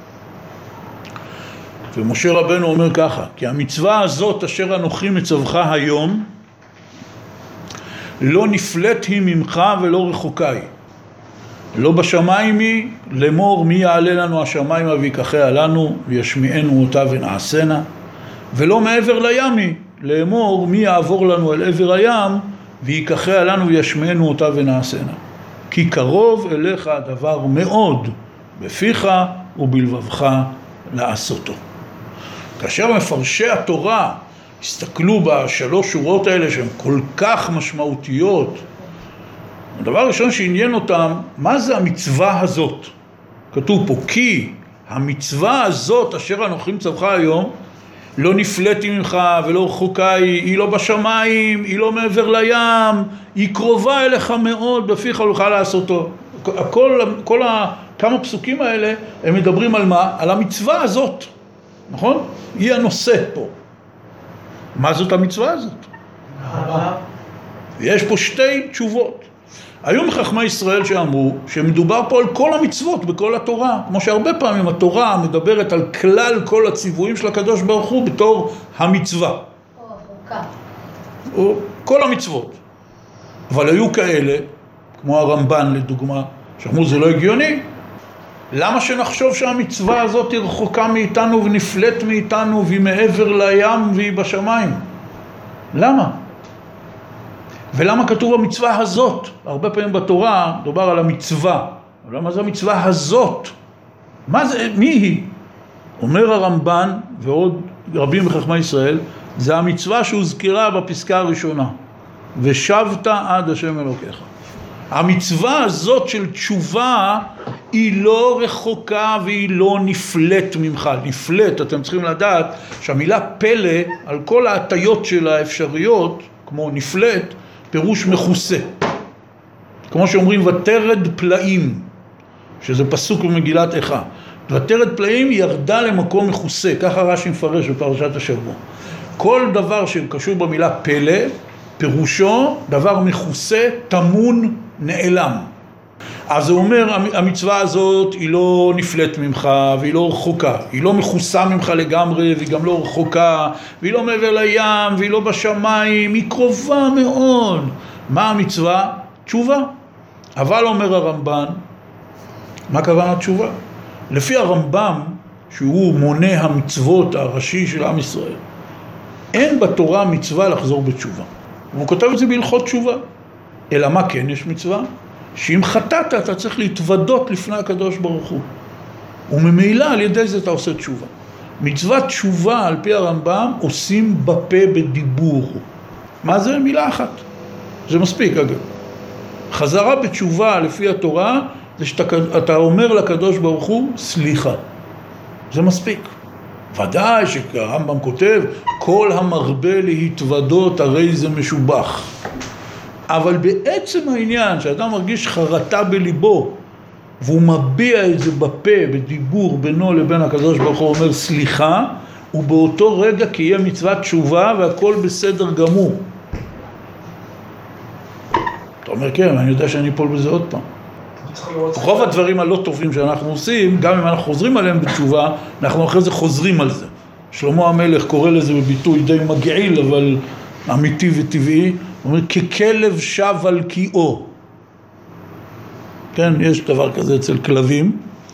ומשה רבנו אומר ככה, כי המצווה הזאת אשר אנוכי מצווך היום, לא נפלט היא ממך ולא רחוקה היא. לא בשמיים היא, לאמור מי יעלה לנו השמיימה ויקחיה לנו וישמיענו אותה ונעשנה, ולא מעבר לים היא, לאמור מי יעבור לנו אל עבר הים ויקחיה לנו וישמיענו אותה ונעשנה. כי קרוב אליך הדבר מאוד בפיך ובלבבך לעשותו. כאשר מפרשי התורה הסתכלו בשלוש שורות האלה שהן כל כך משמעותיות, הדבר הראשון שעניין אותם, מה זה המצווה הזאת? כתוב פה, כי המצווה הזאת אשר אנוכי מצווך היום, לא נפלטי ממך ולא רחוקה היא, היא לא בשמיים, היא לא מעבר לים, היא קרובה אליך מאוד, בפיך ולבבך לעשותו. כל, כל ה, כמה פסוקים האלה, הם מדברים על מה? על המצווה הזאת, נכון? היא הנושא פה. מה זאת המצווה הזאת? יש פה שתי תשובות. היו מחכמי ישראל שאמרו שמדובר פה על כל המצוות בכל התורה, כמו שהרבה פעמים התורה מדברת על כלל כל הציוויים של הקדוש ברוך הוא בתור המצווה. או החוקה. או כל המצוות. אבל היו כאלה, כמו הרמב"ן לדוגמה, שאמרו זה לא הגיוני. למה שנחשוב שהמצווה הזאת היא רחוקה מאיתנו ונפלט מאיתנו והיא מעבר לים והיא בשמיים? למה? ולמה כתוב המצווה הזאת? הרבה פעמים בתורה דובר על המצווה. אבל למה זה המצווה הזאת? מה זה, מי היא? אומר הרמב"ן ועוד רבים מחכמי ישראל, זה המצווה שהוזכרה בפסקה הראשונה. ושבת עד השם אלוקיך. המצווה הזאת של תשובה היא לא רחוקה והיא לא נפלט ממך. נפלט, אתם צריכים לדעת שהמילה פלא על כל ההטיות של האפשריות, כמו נפלט, פירוש מכוסה. כמו שאומרים ותרד פלאים, שזה פסוק במגילת איכה. ותרד פלאים ירדה למקום מכוסה, ככה רש"י מפרש בפרשת השבוע. כל דבר שקשור במילה פלא, פירושו דבר מכוסה, תמון, נעלם. אז הוא אומר, המצווה הזאת היא לא נפלט ממך והיא לא רחוקה. היא לא מכוסה ממך לגמרי והיא גם לא רחוקה, והיא לא מעבר לים והיא לא בשמיים, היא קרובה מאוד. מה המצווה? תשובה. אבל אומר הרמב"ן, מה כוונה תשובה? לפי הרמב"ם, שהוא מונה המצוות הראשי של עם ישראל, אין בתורה מצווה לחזור בתשובה. והוא כותב את זה בהלכות תשובה. אלא מה כן יש מצווה? שאם חטאת אתה צריך להתוודות לפני הקדוש ברוך הוא. וממילא על ידי זה אתה עושה תשובה. מצוות תשובה על פי הרמב"ם עושים בפה בדיבור. מה זה? מילה אחת. זה מספיק אגב. חזרה בתשובה לפי התורה זה שאתה אומר לקדוש ברוך הוא סליחה. זה מספיק. ודאי שהרמב"ם כותב כל המרבה להתוודות הרי זה משובח. אבל בעצם העניין שאדם מרגיש חרטה בליבו והוא מביע את זה בפה, בדיבור בינו לבין הקדוש ברוך הוא, אומר סליחה, ובאותו רגע כי יהיה מצוות תשובה והכל בסדר גמור. אתה אומר כן, אני יודע שאני אפול בזה עוד פעם. רוב הדברים הלא טובים שאנחנו עושים, גם אם אנחנו חוזרים עליהם בתשובה, אנחנו אחרי זה חוזרים על זה. שלמה המלך קורא לזה בביטוי די מגעיל, אבל אמיתי וטבעי. הוא אומר, ככלב שב על קיאו. כן, יש דבר כזה אצל כלבים.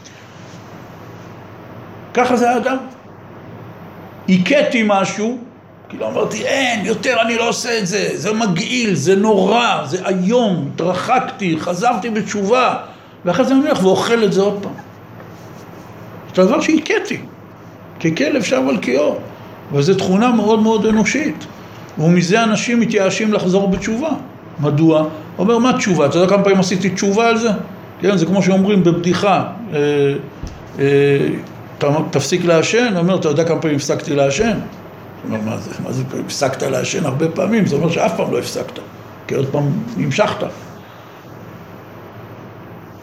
ככה זה האדם. עיקתי משהו, כי לא אמרתי, אין, יותר אני לא עושה את זה, זה מגעיל, זה נורא, זה היום, התרחקתי, חזרתי בתשובה, ואחרי זה אני הולך ואוכל את זה עוד פעם. זה דבר שעיקתי, ככלב שב על קיאו, וזו תכונה מאוד מאוד אנושית. ומזה אנשים מתייאשים לחזור בתשובה. מדוע? הוא אומר, מה תשובה? אתה יודע כמה פעמים עשיתי תשובה על זה? כן, זה כמו שאומרים בבדיחה, אה, אה, תפסיק לעשן, הוא אומר, אתה יודע כמה פעמים הפסקתי לעשן? הוא אומר, מה זה? מה זה? הפסקת לעשן הרבה פעמים, זה אומר שאף פעם לא הפסקת, כי עוד פעם נמשכת.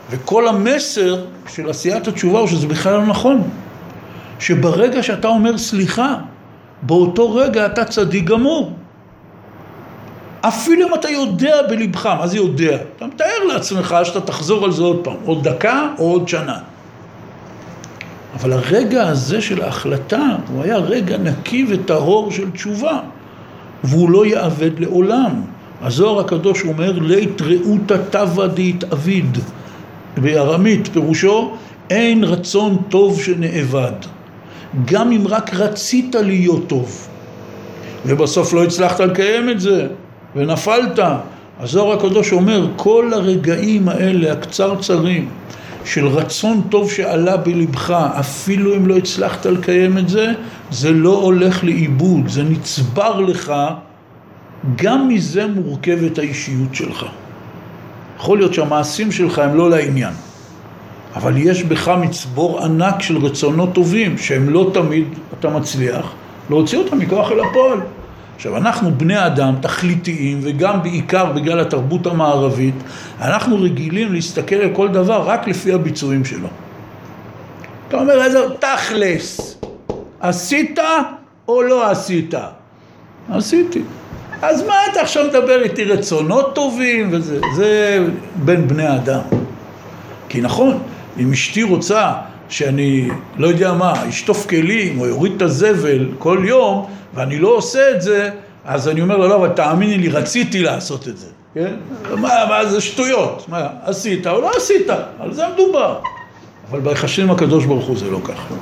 וכל המסר של עשיית התשובה הוא שזה בכלל לא נכון. שברגע שאתה אומר סליחה, באותו רגע אתה צדיק גמור. אפילו אם אתה יודע בלבך, מה זה יודע? אתה מתאר לעצמך שאתה תחזור על זה עוד פעם, עוד דקה או עוד שנה. אבל הרגע הזה של ההחלטה, הוא היה רגע נקי וטהור של תשובה, והוא לא יעבד לעולם. הזוהר הקדוש אומר, לית ראותא טבא דהתאביד. בארמית פירושו, אין רצון טוב שנאבד. גם אם רק רצית להיות טוב, ובסוף לא הצלחת לקיים את זה, ונפלת. הזוהר הקדוש אומר, כל הרגעים האלה, הקצרצרים, של רצון טוב שעלה בלבך, אפילו אם לא הצלחת לקיים את זה, זה לא הולך לאיבוד, זה נצבר לך, גם מזה מורכבת האישיות שלך. יכול להיות שהמעשים שלך הם לא לעניין, אבל יש בך מצבור ענק של רצונות טובים, שהם לא תמיד אתה מצליח להוציא אותם מכוח אל הפועל. עכשיו, אנחנו בני אדם תכליתיים, וגם בעיקר בגלל התרבות המערבית, אנחנו רגילים להסתכל על כל דבר רק לפי הביצועים שלו. אתה אומר, איזה תכלס, עשית או לא עשית? עשיתי. אז מה אתה עכשיו מדבר איתי רצונות טובים וזה? זה בין בני אדם. כי נכון, אם אשתי רוצה שאני, לא יודע מה, אשטוף כלים או יוריד את הזבל כל יום, ואני לא עושה את זה, אז אני אומר לו, לא, אבל תאמיני לי, רציתי לעשות את זה. כן? מה, מה זה שטויות? מה, עשית או לא עשית? על זה מדובר. אבל ביחסים הקדוש ברוך הוא זה לא ככה.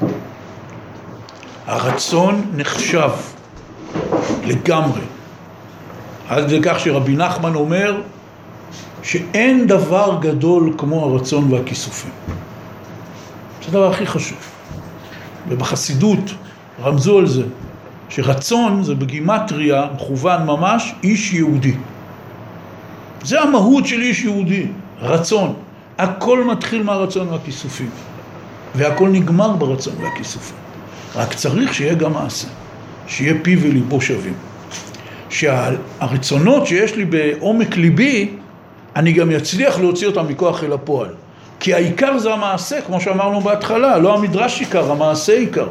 הרצון נחשב לגמרי. עד לכך שרבי נחמן אומר שאין דבר גדול כמו הרצון והכיסופים. זה הדבר הכי חשוב. ובחסידות רמזו על זה, שרצון זה בגימטריה מכוון ממש איש יהודי. זה המהות של איש יהודי, רצון. הכל מתחיל מהרצון והכיסופים. והכל נגמר ברצון והכיסופים. רק צריך שיהיה גם מעשה, שיהיה פי וליבו שווים. שהרצונות שיש לי בעומק ליבי, אני גם יצליח להוציא אותם מכוח אל הפועל. כי העיקר זה המעשה, כמו שאמרנו בהתחלה, לא המדרש עיקר, המעשה עיקר.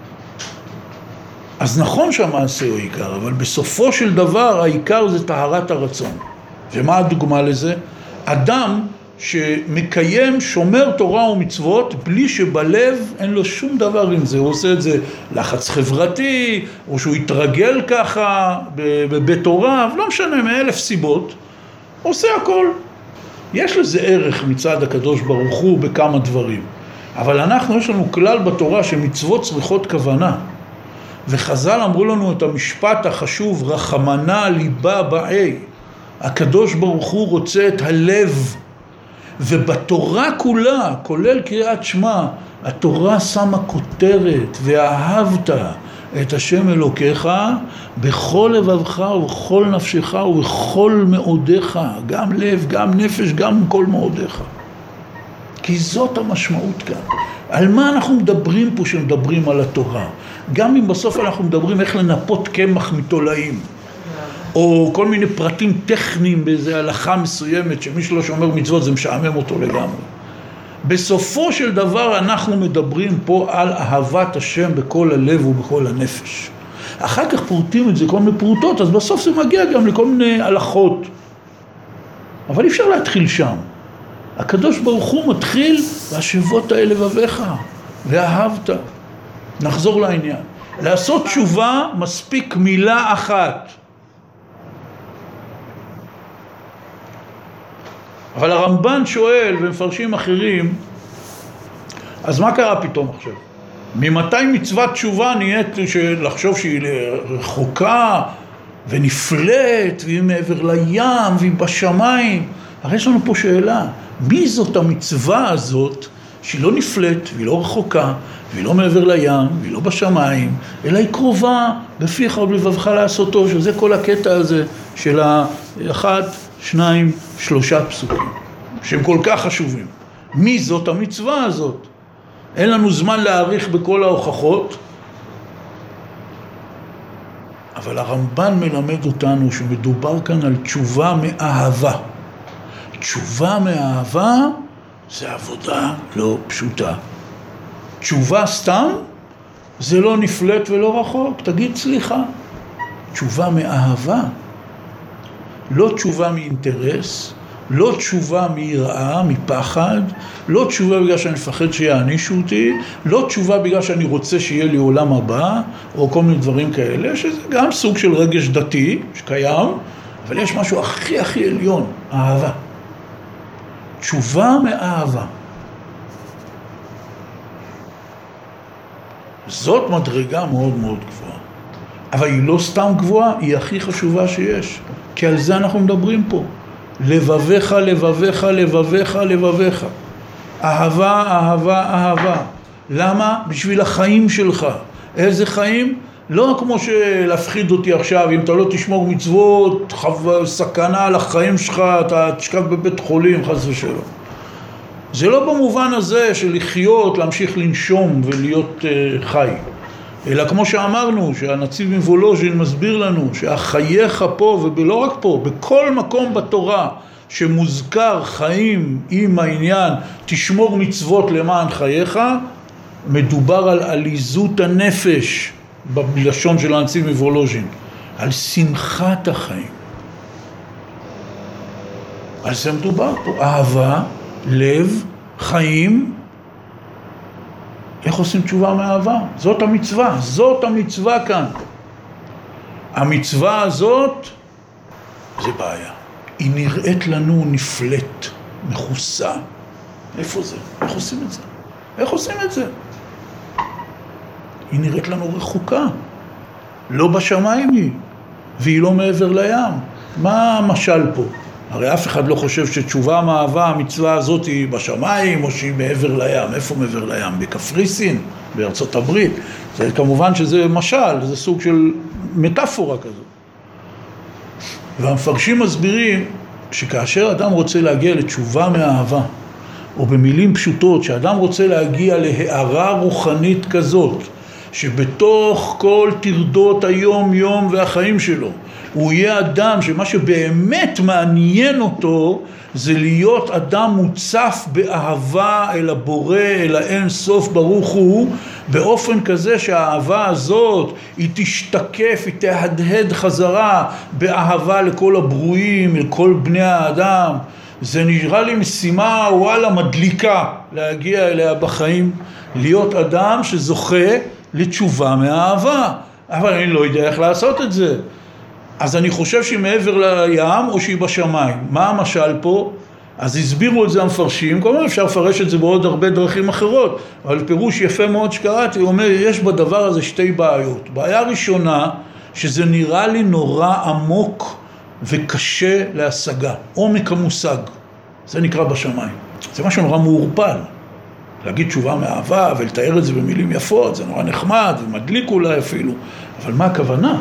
אז נכון שהמעשה הוא עיקר, אבל בסופו של דבר העיקר זה טהרת הרצון. ומה הדוגמה לזה? אדם שמקיים, שומר תורה ומצוות, בלי שבלב אין לו שום דבר עם זה. הוא עושה את זה לחץ חברתי, או שהוא יתרגל ככה בבית הוריו, לא משנה, מאלף סיבות. עושה הכל. יש לזה ערך מצד הקדוש ברוך הוא בכמה דברים. אבל אנחנו, יש לנו כלל בתורה שמצוות צריכות כוונה. וחז"ל אמרו לנו את המשפט החשוב, רחמנה ליבה באי. הקדוש ברוך הוא רוצה את הלב. ובתורה כולה, כולל קריאת שמע, התורה שמה כותרת, ואהבת את השם אלוקיך בכל לבבך ובכל נפשך ובכל מאודיך, גם לב, גם נפש, גם כל מאודיך. כי זאת המשמעות כאן. על מה אנחנו מדברים פה שמדברים על התורה? גם אם בסוף אנחנו מדברים איך לנפות קמח מתולעים, או כל מיני פרטים טכניים באיזו הלכה מסוימת, שמי שלא שומר מצוות זה משעמם אותו לגמרי. בסופו של דבר אנחנו מדברים פה על אהבת השם בכל הלב ובכל הנפש. אחר כך פרוטים את זה כל מיני פרוטות, אז בסוף זה מגיע גם לכל מיני הלכות. אבל אי אפשר להתחיל שם. הקדוש ברוך הוא מתחיל, והשבות האלה לבביך, ואהבת. נחזור לעניין. לעשות תשובה מספיק מילה אחת. אבל הרמב"ן שואל, ומפרשים אחרים, אז מה קרה פתאום עכשיו? ממתי מצוות תשובה נהיית לחשוב שהיא רחוקה ונפלט, והיא מעבר לים, והיא בשמיים? הרי יש לנו פה שאלה, מי זאת המצווה הזאת שהיא לא נפלט, והיא לא רחוקה, והיא לא מעבר לים, והיא לא בשמיים, אלא היא קרובה בפיך ובלבבך לעשותו, שזה כל הקטע הזה של האחד, שניים, שלושה פסוקים, שהם כל כך חשובים. מי זאת המצווה הזאת? אין לנו זמן להאריך בכל ההוכחות, אבל הרמב"ן מלמד אותנו שמדובר כאן על תשובה מאהבה. תשובה מאהבה זה עבודה לא פשוטה. תשובה סתם, זה לא נפלט ולא רחוק. תגיד סליחה. תשובה מאהבה. לא תשובה מאינטרס, לא תשובה מיראה, מפחד, לא תשובה בגלל שאני מפחד שיענישו אותי, לא תשובה בגלל שאני רוצה שיהיה לי עולם הבא, או כל מיני דברים כאלה, שזה גם סוג של רגש דתי שקיים, אבל יש משהו הכי הכי עליון, אהבה. תשובה מאהבה. זאת מדרגה מאוד מאוד גבוהה. אבל היא לא סתם גבוהה, היא הכי חשובה שיש. כי על זה אנחנו מדברים פה. לבביך, לבביך, לבביך, לבביך. אהבה, אהבה, אהבה. למה? בשביל החיים שלך. איזה חיים? לא כמו שלהפחיד אותי עכשיו, אם אתה לא תשמור מצוות, סכנה על החיים שלך, אתה תשכב בבית חולים, חס ושלום. זה לא במובן הזה של לחיות, להמשיך לנשום ולהיות uh, חי. אלא כמו שאמרנו, שהנציב מוולוז'ין מסביר לנו, שהחייך פה, ולא רק פה, בכל מקום בתורה שמוזכר חיים עם העניין, תשמור מצוות למען חייך, מדובר על עליזות הנפש, בלשון של הנציב מוולוז'ין, על שמחת החיים. על זה מדובר פה, אהבה, לב, חיים. איך עושים תשובה מאהבה? זאת המצווה, זאת המצווה כאן. המצווה הזאת, זה בעיה. היא נראית לנו נפלט, מחוסה. איפה זה? איך עושים את זה? איך עושים את זה? היא נראית לנו רחוקה. לא בשמיים היא, והיא לא מעבר לים. מה המשל פה? הרי אף אחד לא חושב שתשובה מאהבה, המצווה הזאת היא בשמיים או שהיא מעבר לים. איפה מעבר לים? בקפריסין, בארצות הברית. זה כמובן שזה משל, זה סוג של מטאפורה כזו. והמפרשים מסבירים שכאשר אדם רוצה להגיע לתשובה מאהבה, או במילים פשוטות, שאדם רוצה להגיע להארה רוחנית כזאת, שבתוך כל תרדות היום יום והחיים שלו, הוא יהיה אדם שמה שבאמת מעניין אותו זה להיות אדם מוצף באהבה אל הבורא, אל האין סוף ברוך הוא, באופן כזה שהאהבה הזאת היא תשתקף, היא תהדהד חזרה באהבה לכל הברואים, לכל בני האדם. זה נראה לי משימה וואלה מדליקה להגיע אליה בחיים, להיות אדם שזוכה לתשובה מהאהבה, אבל אני לא יודע איך לעשות את זה. אז אני חושב שהיא מעבר לים או שהיא בשמיים. מה המשל פה? אז הסבירו את זה המפרשים, כלומר אפשר לפרש את זה בעוד הרבה דרכים אחרות, אבל פירוש יפה מאוד שקראתי, הוא אומר, יש בדבר הזה שתי בעיות. בעיה ראשונה, שזה נראה לי נורא עמוק וקשה להשגה, עומק המושג, זה נקרא בשמיים. זה משהו נורא מעורפל. להגיד תשובה מאהבה ולתאר את זה במילים יפות, זה נורא נחמד ומדליק אולי אפילו, אבל מה הכוונה?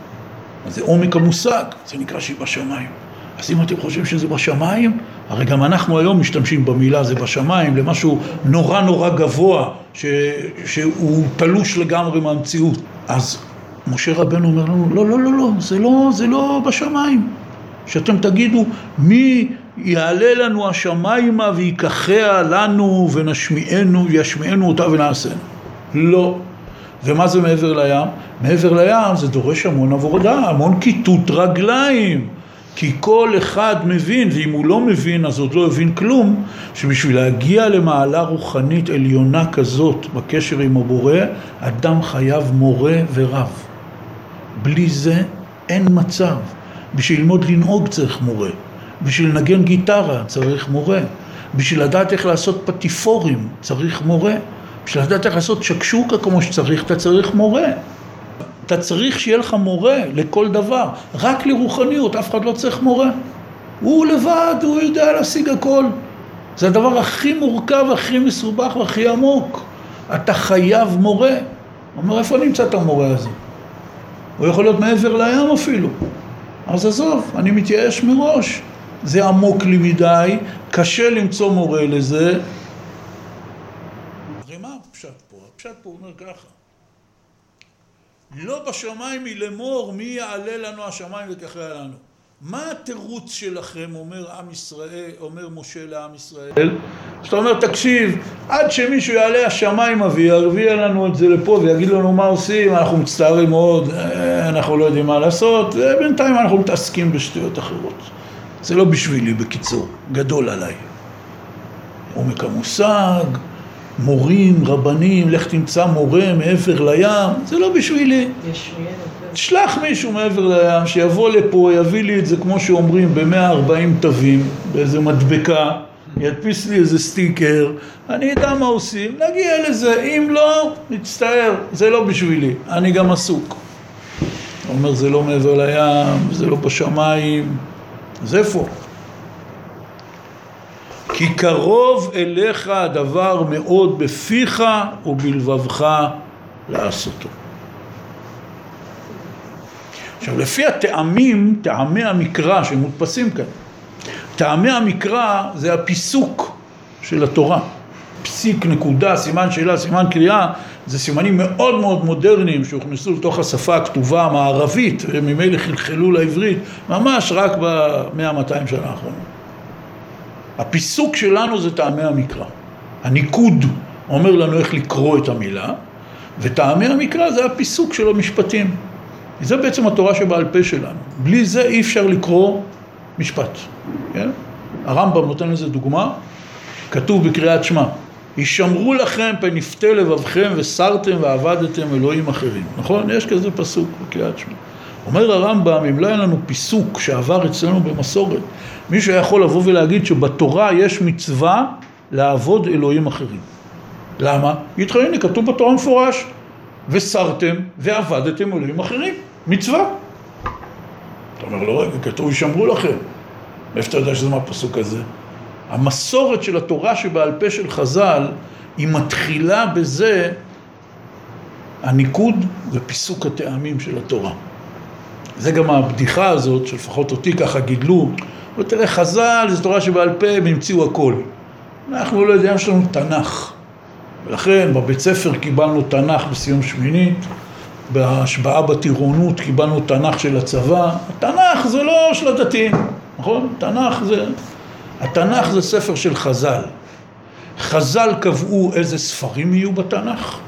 אז זה עומק המושג, זה נקרא שהיא בשמיים. אז אם אתם חושבים שזה בשמיים, הרי גם אנחנו היום משתמשים במילה זה בשמיים, למשהו נורא נורא גבוה, ש... שהוא תלוש לגמרי מהמציאות. אז משה רבנו אומר לנו, לא, לא, לא, לא, זה לא, זה לא בשמיים. שאתם תגידו, מי יעלה לנו השמיימה ויקחיה לנו ונשמיענו, ישמיענו אותה ונעשינו. לא. ומה זה מעבר לים? מעבר לים זה דורש המון עבודה, המון כיתות רגליים. כי כל אחד מבין, ואם הוא לא מבין אז עוד לא הבין כלום, שבשביל להגיע למעלה רוחנית עליונה כזאת בקשר עם הבורא, אדם חייב מורה ורב. בלי זה אין מצב. בשביל ללמוד לנהוג צריך מורה. בשביל לנגן גיטרה צריך מורה. בשביל לדעת איך לעשות פטיפורים צריך מורה. בשביל לדעת איך לעשות שקשוקה כמו שצריך, אתה צריך מורה. אתה צריך שיהיה לך מורה לכל דבר. רק לרוחניות, אף אחד לא צריך מורה. הוא לבד, הוא יודע להשיג הכל. זה הדבר הכי מורכב, הכי מסובך והכי עמוק. אתה חייב מורה. הוא אומר, איפה נמצא את המורה הזה? הוא יכול להיות מעבר לים אפילו. אז עזוב, אני מתייאש מראש. זה עמוק לי מדי, קשה למצוא מורה לזה. הרי מה הפשט פה? הפשט פה אומר ככה. לא בשמיים היא לאמור, מי יעלה לנו השמיים וככה לנו. מה התירוץ שלכם, אומר עם ישראל, אומר משה לעם ישראל? זאת אומרת, תקשיב, עד שמישהו יעלה השמיים וירביע לנו את זה לפה ויגיד לנו מה עושים, אנחנו מצטערים מאוד, אנחנו לא יודעים מה לעשות, ובינתיים אנחנו מתעסקים בשטויות אחרות. זה לא בשבילי, בקיצור, גדול עליי. עומק המושג, מורים, רבנים, לך תמצא מורה מעבר לים, זה לא בשבילי. תשלח מישהו מעבר לים, שיבוא לפה, יביא לי את זה כמו שאומרים, ב-מאה וארבעים תווים, באיזה מדבקה, ידפיס לי איזה סטיקר, אני יודע מה עושים, נגיע לזה, אם לא, נצטער, זה לא בשבילי, אני גם עסוק. הוא אומר, זה לא מעבר לים, זה לא בשמיים, אז איפה? כי קרוב אליך הדבר מאוד בפיך ובלבבך לעשותו. עכשיו, לפי הטעמים, טעמי המקרא שמודפסים כאן, טעמי המקרא זה הפיסוק של התורה. פסיק, נקודה, סימן שאלה, סימן קריאה, זה סימנים מאוד מאוד מודרניים שהוכנסו לתוך השפה הכתובה המערבית, וממילא חלחלו לעברית, ממש רק ב-מאה מאתיים שנה האחרונות. הפיסוק שלנו זה טעמי המקרא. הניקוד אומר לנו איך לקרוא את המילה, וטעמי המקרא זה הפיסוק של המשפטים. זה בעצם התורה שבעל פה שלנו. בלי זה אי אפשר לקרוא משפט. כן? הרמב"ם נותן לזה דוגמה, כתוב בקריאת שמע, ישמרו לכם פן יפתה לבבכם וסרתם ועבדתם אלוהים אחרים. נכון? יש כזה פסוק בקריאת שמע. אומר הרמב"ם, אם לא היה לנו פיסוק שעבר אצלנו במסורת, מישהו יכול לבוא ולהגיד שבתורה יש מצווה לעבוד אלוהים אחרים. למה? יתחיל, כתוב בתורה מפורש, וסרתם ועבדתם אלוהים אחרים. מצווה. אתה אומר, לא רגע, כתוב, ישמרו לכם. איפה אתה יודע שזה מהפסוק הזה? המסורת של התורה שבעל פה של חז"ל, היא מתחילה בזה, הניקוד ופיסוק הטעמים של התורה. זה גם הבדיחה הזאת, שלפחות אותי ככה גידלו, ותראה, חז"ל זה תורה שבעל פה, הם המציאו הכל. אנחנו לא יודעים, יש לנו תנ"ך. ולכן בבית ספר קיבלנו תנ"ך בסיום שמינית, בהשבעה בטירונות קיבלנו תנ"ך של הצבא. התנ"ך זה לא של הדתיים, נכון? תנ"ך זה... התנ"ך זה ספר של חז"ל. חז"ל קבעו איזה ספרים יהיו בתנ"ך.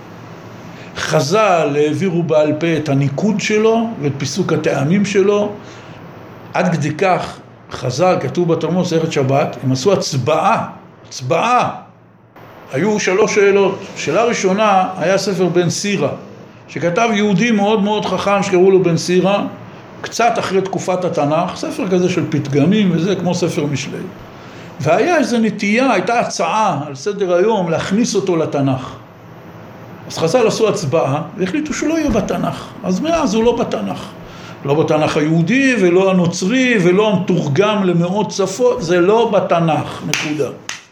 חז"ל העבירו בעל פה את הניקוד שלו ואת פיסוק הטעמים שלו. עד כדי כך, חז"ל, כתוב בתלמוד מסכת שבת, הם עשו הצבעה, הצבעה. היו שלוש שאלות. שאלה ראשונה היה ספר בן סירה, שכתב יהודי מאוד מאוד חכם שקראו לו בן סירה, קצת אחרי תקופת התנ"ך, ספר כזה של פתגמים וזה כמו ספר משלי. והיה איזו נטייה, הייתה הצעה על סדר היום להכניס אותו לתנ"ך. אז חז"ל עשו הצבעה והחליטו שהוא לא יהיה בתנ"ך. אז מאז הוא לא בתנ"ך. לא בתנ"ך היהודי ולא הנוצרי ולא המתורגם למאות שפות, זה לא בתנ"ך, נקודה.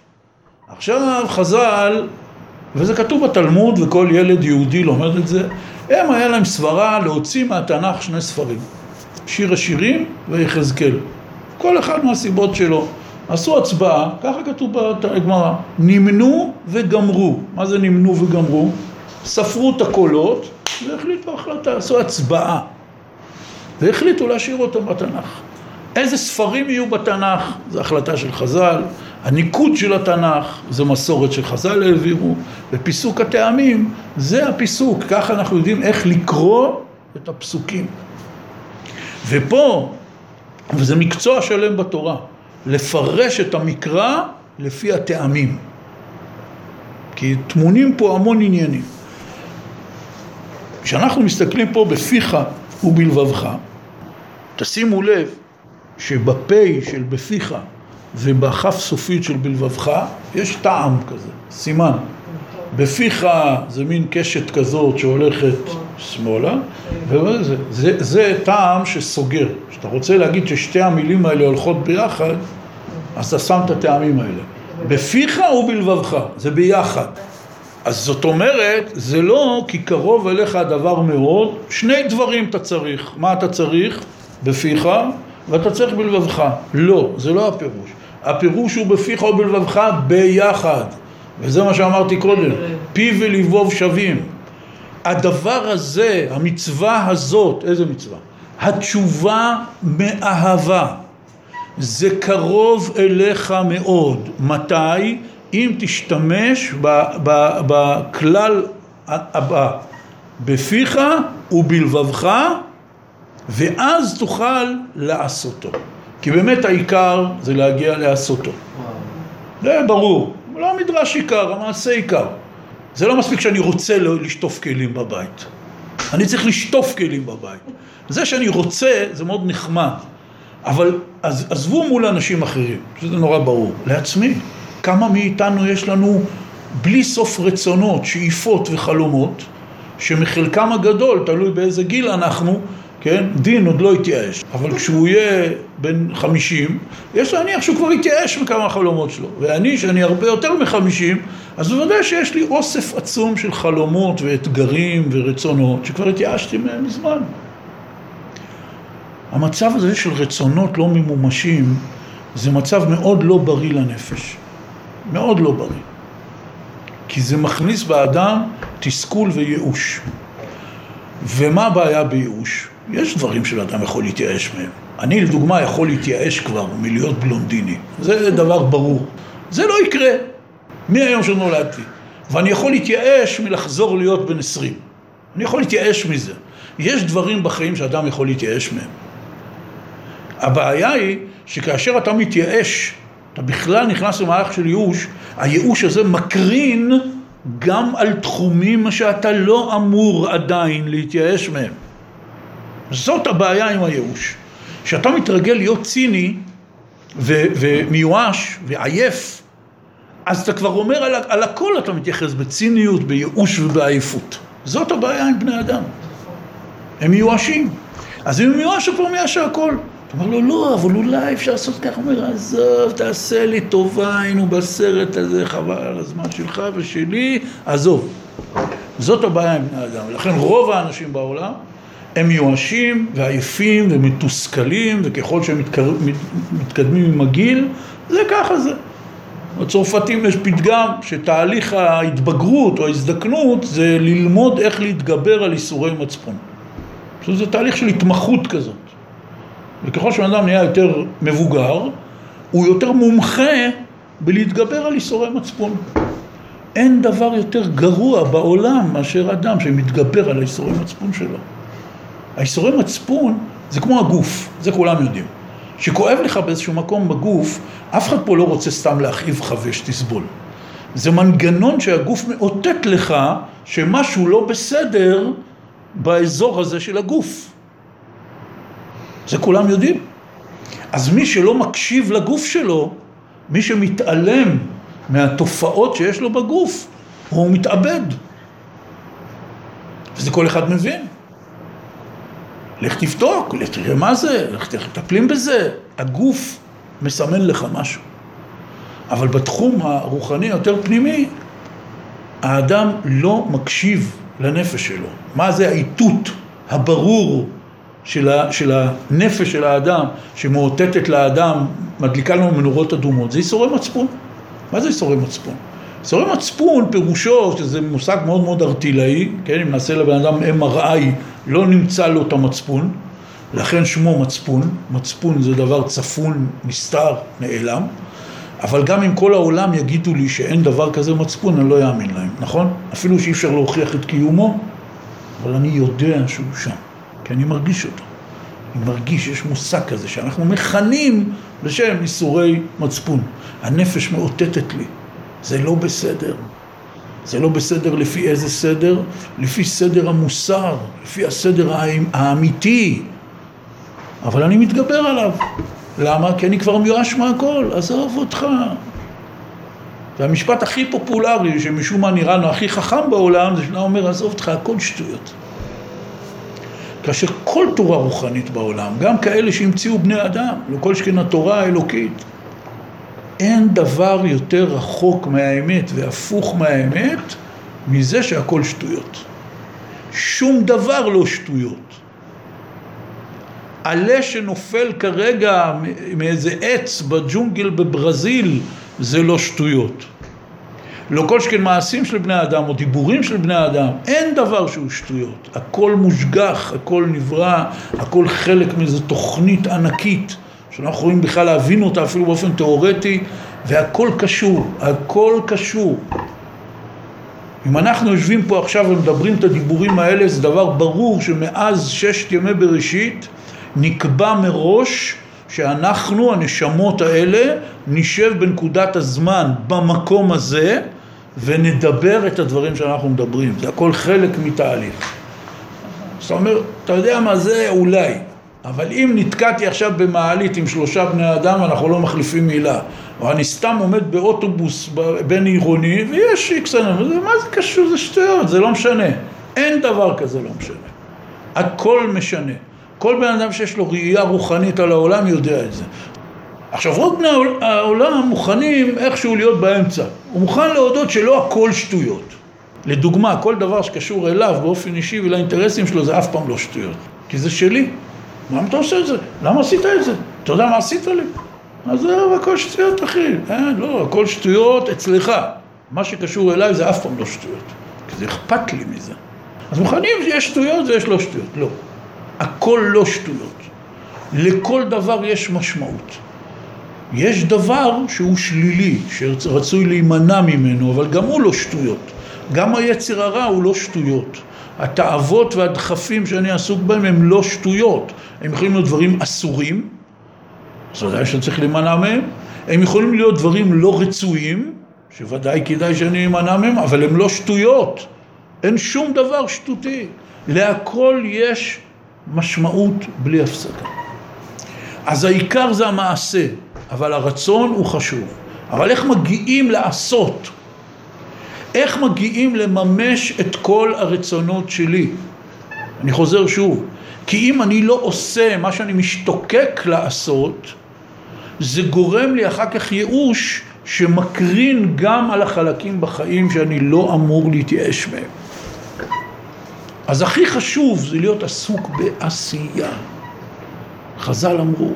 עכשיו חז"ל, וזה כתוב בתלמוד וכל ילד יהודי לומד את זה, הם היה להם סברה להוציא מהתנ"ך שני ספרים. שיר השירים ויחזקאל. כל אחד מהסיבות שלו. עשו הצבעה, ככה כתוב בגמרא, נמנו וגמרו. מה זה נמנו וגמרו? ספרו את הקולות והחליטו החלטה, עשו הצבעה. והחליטו להשאיר אותם בתנ"ך. איזה ספרים יהיו בתנ"ך? זו החלטה של חז"ל. הניקוד של התנ"ך זה מסורת שחז"ל העבירו. ופיסוק הטעמים זה הפיסוק. ככה אנחנו יודעים איך לקרוא את הפסוקים. ופה, וזה מקצוע שלם בתורה, לפרש את המקרא לפי הטעמים. כי תמונים פה המון עניינים. כשאנחנו מסתכלים פה בפיך ובלבבך, תשימו לב שבפי של בפיך ובכף סופית של בלבבך יש טעם כזה, סימן. בפיך זה מין קשת כזאת שהולכת שמאלה, וזה זה, זה טעם שסוגר. כשאתה רוצה להגיד ששתי המילים האלה הולכות ביחד, אז אתה שם את הטעמים האלה. בפיך ובלבבך, זה ביחד. אז זאת אומרת, זה לא כי קרוב אליך הדבר מאוד, שני דברים אתה צריך. מה אתה צריך? בפיך, ואתה צריך בלבבך. לא, זה לא הפירוש. הפירוש הוא בפיך ובלבבך ביחד. וזה מה שאמרתי קודם, פי ולבוב שווים. הדבר הזה, המצווה הזאת, איזה מצווה? התשובה מאהבה. זה קרוב אליך מאוד. מתי? אם תשתמש בכלל הבא, בפיך ובלבבך, ואז תוכל לעשותו. כי באמת העיקר זה להגיע לעשותו. זה ברור. לא מדרש עיקר, המעשה עיקר. זה לא מספיק שאני רוצה לשטוף כלים בבית. אני צריך לשטוף כלים בבית. זה שאני רוצה, זה מאוד נחמד. אבל אז, עזבו מול אנשים אחרים, שזה נורא ברור. לעצמי, כמה מאיתנו יש לנו בלי סוף רצונות, שאיפות וחלומות, שמחלקם הגדול, תלוי באיזה גיל אנחנו, כן? דין עוד לא יתייאש. אבל כשהוא יהיה בן חמישים, יש להניח שהוא כבר יתייאש מכמה חלומות שלו. ואני, שאני הרבה יותר מחמישים, אז בוודאי שיש לי אוסף עצום של חלומות ואתגרים ורצונות, שכבר התייאשתי מהם מזמן. המצב הזה של רצונות לא ממומשים, זה מצב מאוד לא בריא לנפש. מאוד לא בריא. כי זה מכניס באדם תסכול וייאוש. ומה הבעיה בייאוש? יש דברים שלאדם יכול להתייאש מהם. אני לדוגמה יכול להתייאש כבר מלהיות בלונדיני. זה דבר ברור. זה לא יקרה. מי היום שנולדתי? ואני יכול להתייאש מלחזור להיות בן עשרים. אני יכול להתייאש מזה. יש דברים בחיים שאדם יכול להתייאש מהם. הבעיה היא שכאשר אתה מתייאש, אתה בכלל נכנס למהלך של ייאוש, הייאוש הזה מקרין גם על תחומים שאתה לא אמור עדיין להתייאש מהם. זאת הבעיה עם הייאוש. שאתה מתרגל להיות ציני ו- ומיואש ועייף, אז אתה כבר אומר על, על הכל אתה מתייחס בציניות, בייאוש ובעייפות. זאת הבעיה עם בני אדם. הם מיואשים. אז אם הם מיואש, הוא כבר מייאש הכל. אתה אומר לו, לא, אבל אולי אפשר לעשות כך. הוא אומר, עזוב, תעשה לי טובה, היינו בסרט הזה, חבל על הזמן שלך ושלי, עזוב. זאת הבעיה עם בני אדם. ולכן רוב האנשים בעולם הם מיואשים ועייפים ומתוסכלים, וככל שהם מתקר... מתקדמים עם הגיל, זה ככה זה. בצרפתים יש פתגם שתהליך ההתבגרות או ההזדקנות זה ללמוד איך להתגבר על איסורי מצפון. זה תהליך של התמחות כזאת. וככל שאדם נהיה יותר מבוגר, הוא יותר מומחה בלהתגבר על איסורי מצפון. אין דבר יותר גרוע בעולם מאשר אדם שמתגבר על האיסורי מצפון שלו. האיסורי מצפון זה כמו הגוף, זה כולם יודעים. שכואב לך באיזשהו מקום בגוף, אף אחד פה לא רוצה סתם להכאיב לך ושתסבול. זה מנגנון שהגוף מאותת לך שמשהו לא בסדר באזור הזה של הגוף. זה כולם יודעים. אז מי שלא מקשיב לגוף שלו, מי שמתעלם מהתופעות שיש לו בגוף, הוא מתאבד. וזה כל אחד מבין. לך תבדוק, תראה מה זה, לך תטפלים בזה. הגוף מסמן לך משהו. אבל בתחום הרוחני יותר פנימי, האדם לא מקשיב לנפש שלו. מה זה האיתות הברור של, ה, של הנפש של האדם, שמאותתת לאדם, מדליקה לנו מנורות אדומות? זה איסורי מצפון. מה זה איסורי מצפון? איסורי מצפון פירושו, שזה מושג מאוד מאוד ארטילאי, כן? אם נעשה לבן אדם אם אר איי, לא נמצא לו את המצפון, לכן שמו מצפון. מצפון זה דבר צפון, נסתר, נעלם. אבל גם אם כל העולם יגידו לי שאין דבר כזה מצפון, אני לא יאמין להם, נכון? אפילו שאי אפשר להוכיח את קיומו, אבל אני יודע שהוא שם, כי אני מרגיש אותו. אני מרגיש שיש מושג כזה שאנחנו מכנים בשם איסורי מצפון. הנפש מאותתת לי, זה לא בסדר. זה לא בסדר לפי איזה סדר? לפי סדר המוסר, לפי הסדר האמיתי. אבל אני מתגבר עליו. למה? כי אני כבר מיואש מהכל, עזוב אותך. והמשפט הכי פופולרי, שמשום מה נראה לנו הכי חכם בעולם, זה שאתה אומר, עזוב אותך, הכל שטויות. כאשר כל תורה רוחנית בעולם, גם כאלה שהמציאו בני אדם, לכל שכן התורה האלוקית, אין דבר יותר רחוק מהאמת והפוך מהאמת, מזה שהכל שטויות. שום דבר לא שטויות. עלה שנופל כרגע מאיזה עץ בג'ונגל בברזיל, זה לא שטויות. לא כל שכן מעשים של בני אדם או דיבורים של בני אדם, אין דבר שהוא שטויות. הכל מושגח, הכל נברא, הכל חלק מאיזו תוכנית ענקית, שאנחנו יכולים בכלל להבין אותה אפילו באופן תיאורטי, והכל קשור, הכל קשור. אם אנחנו יושבים פה עכשיו ומדברים את הדיבורים האלה, זה דבר ברור שמאז ששת ימי בראשית נקבע מראש שאנחנו, הנשמות האלה, נשב בנקודת הזמן במקום הזה ונדבר את הדברים שאנחנו מדברים. זה הכל חלק מתהליך. זאת אומרת, אתה יודע מה זה? אולי. אבל אם נתקעתי עכשיו במעלית עם שלושה בני אדם, אנחנו לא מחליפים מילה. או אני סתם עומד באוטובוס בין עירוני, ויש איקסנם, מה זה קשור? זה שטויות, זה לא משנה. אין דבר כזה לא משנה. הכל משנה. כל בן אדם שיש לו ראייה רוחנית על העולם יודע את זה. עכשיו, רוב בני העולם מוכנים איכשהו להיות באמצע. הוא מוכן להודות שלא הכל שטויות. לדוגמה, כל דבר שקשור אליו באופן אישי ולאינטרסים שלו זה אף פעם לא שטויות. כי זה שלי. מה אתה עושה את זה? למה עשית את זה? אתה יודע מה עשית לי? אז זהו, הכל שטויות, אחי. אין, לא, הכל שטויות אצלך. מה שקשור אליי זה אף פעם לא שטויות. כי זה אכפת לי מזה. אז מוכנים שיש שטויות ויש לא שטויות. לא. הכל לא שטויות. לכל דבר יש משמעות. יש דבר שהוא שלילי, שרצוי להימנע ממנו, אבל גם הוא לא שטויות. גם היצר הרע הוא לא שטויות. התאוות והדחפים שאני עסוק בהם הם לא שטויות. הם יכולים להיות דברים אסורים, אז ודאי שצריך להימנע מהם. הם יכולים להיות דברים לא רצויים, שוודאי כדאי שאני להימנע מהם, אבל הם לא שטויות. אין שום דבר שטותי. להכל יש משמעות בלי הפסקה. אז העיקר זה המעשה, אבל הרצון הוא חשוב. אבל איך מגיעים לעשות? איך מגיעים לממש את כל הרצונות שלי? אני חוזר שוב. כי אם אני לא עושה מה שאני משתוקק לעשות, זה גורם לי אחר כך ייאוש שמקרין גם על החלקים בחיים שאני לא אמור להתייאש מהם. אז הכי חשוב זה להיות עסוק בעשייה. חז"ל אמרו,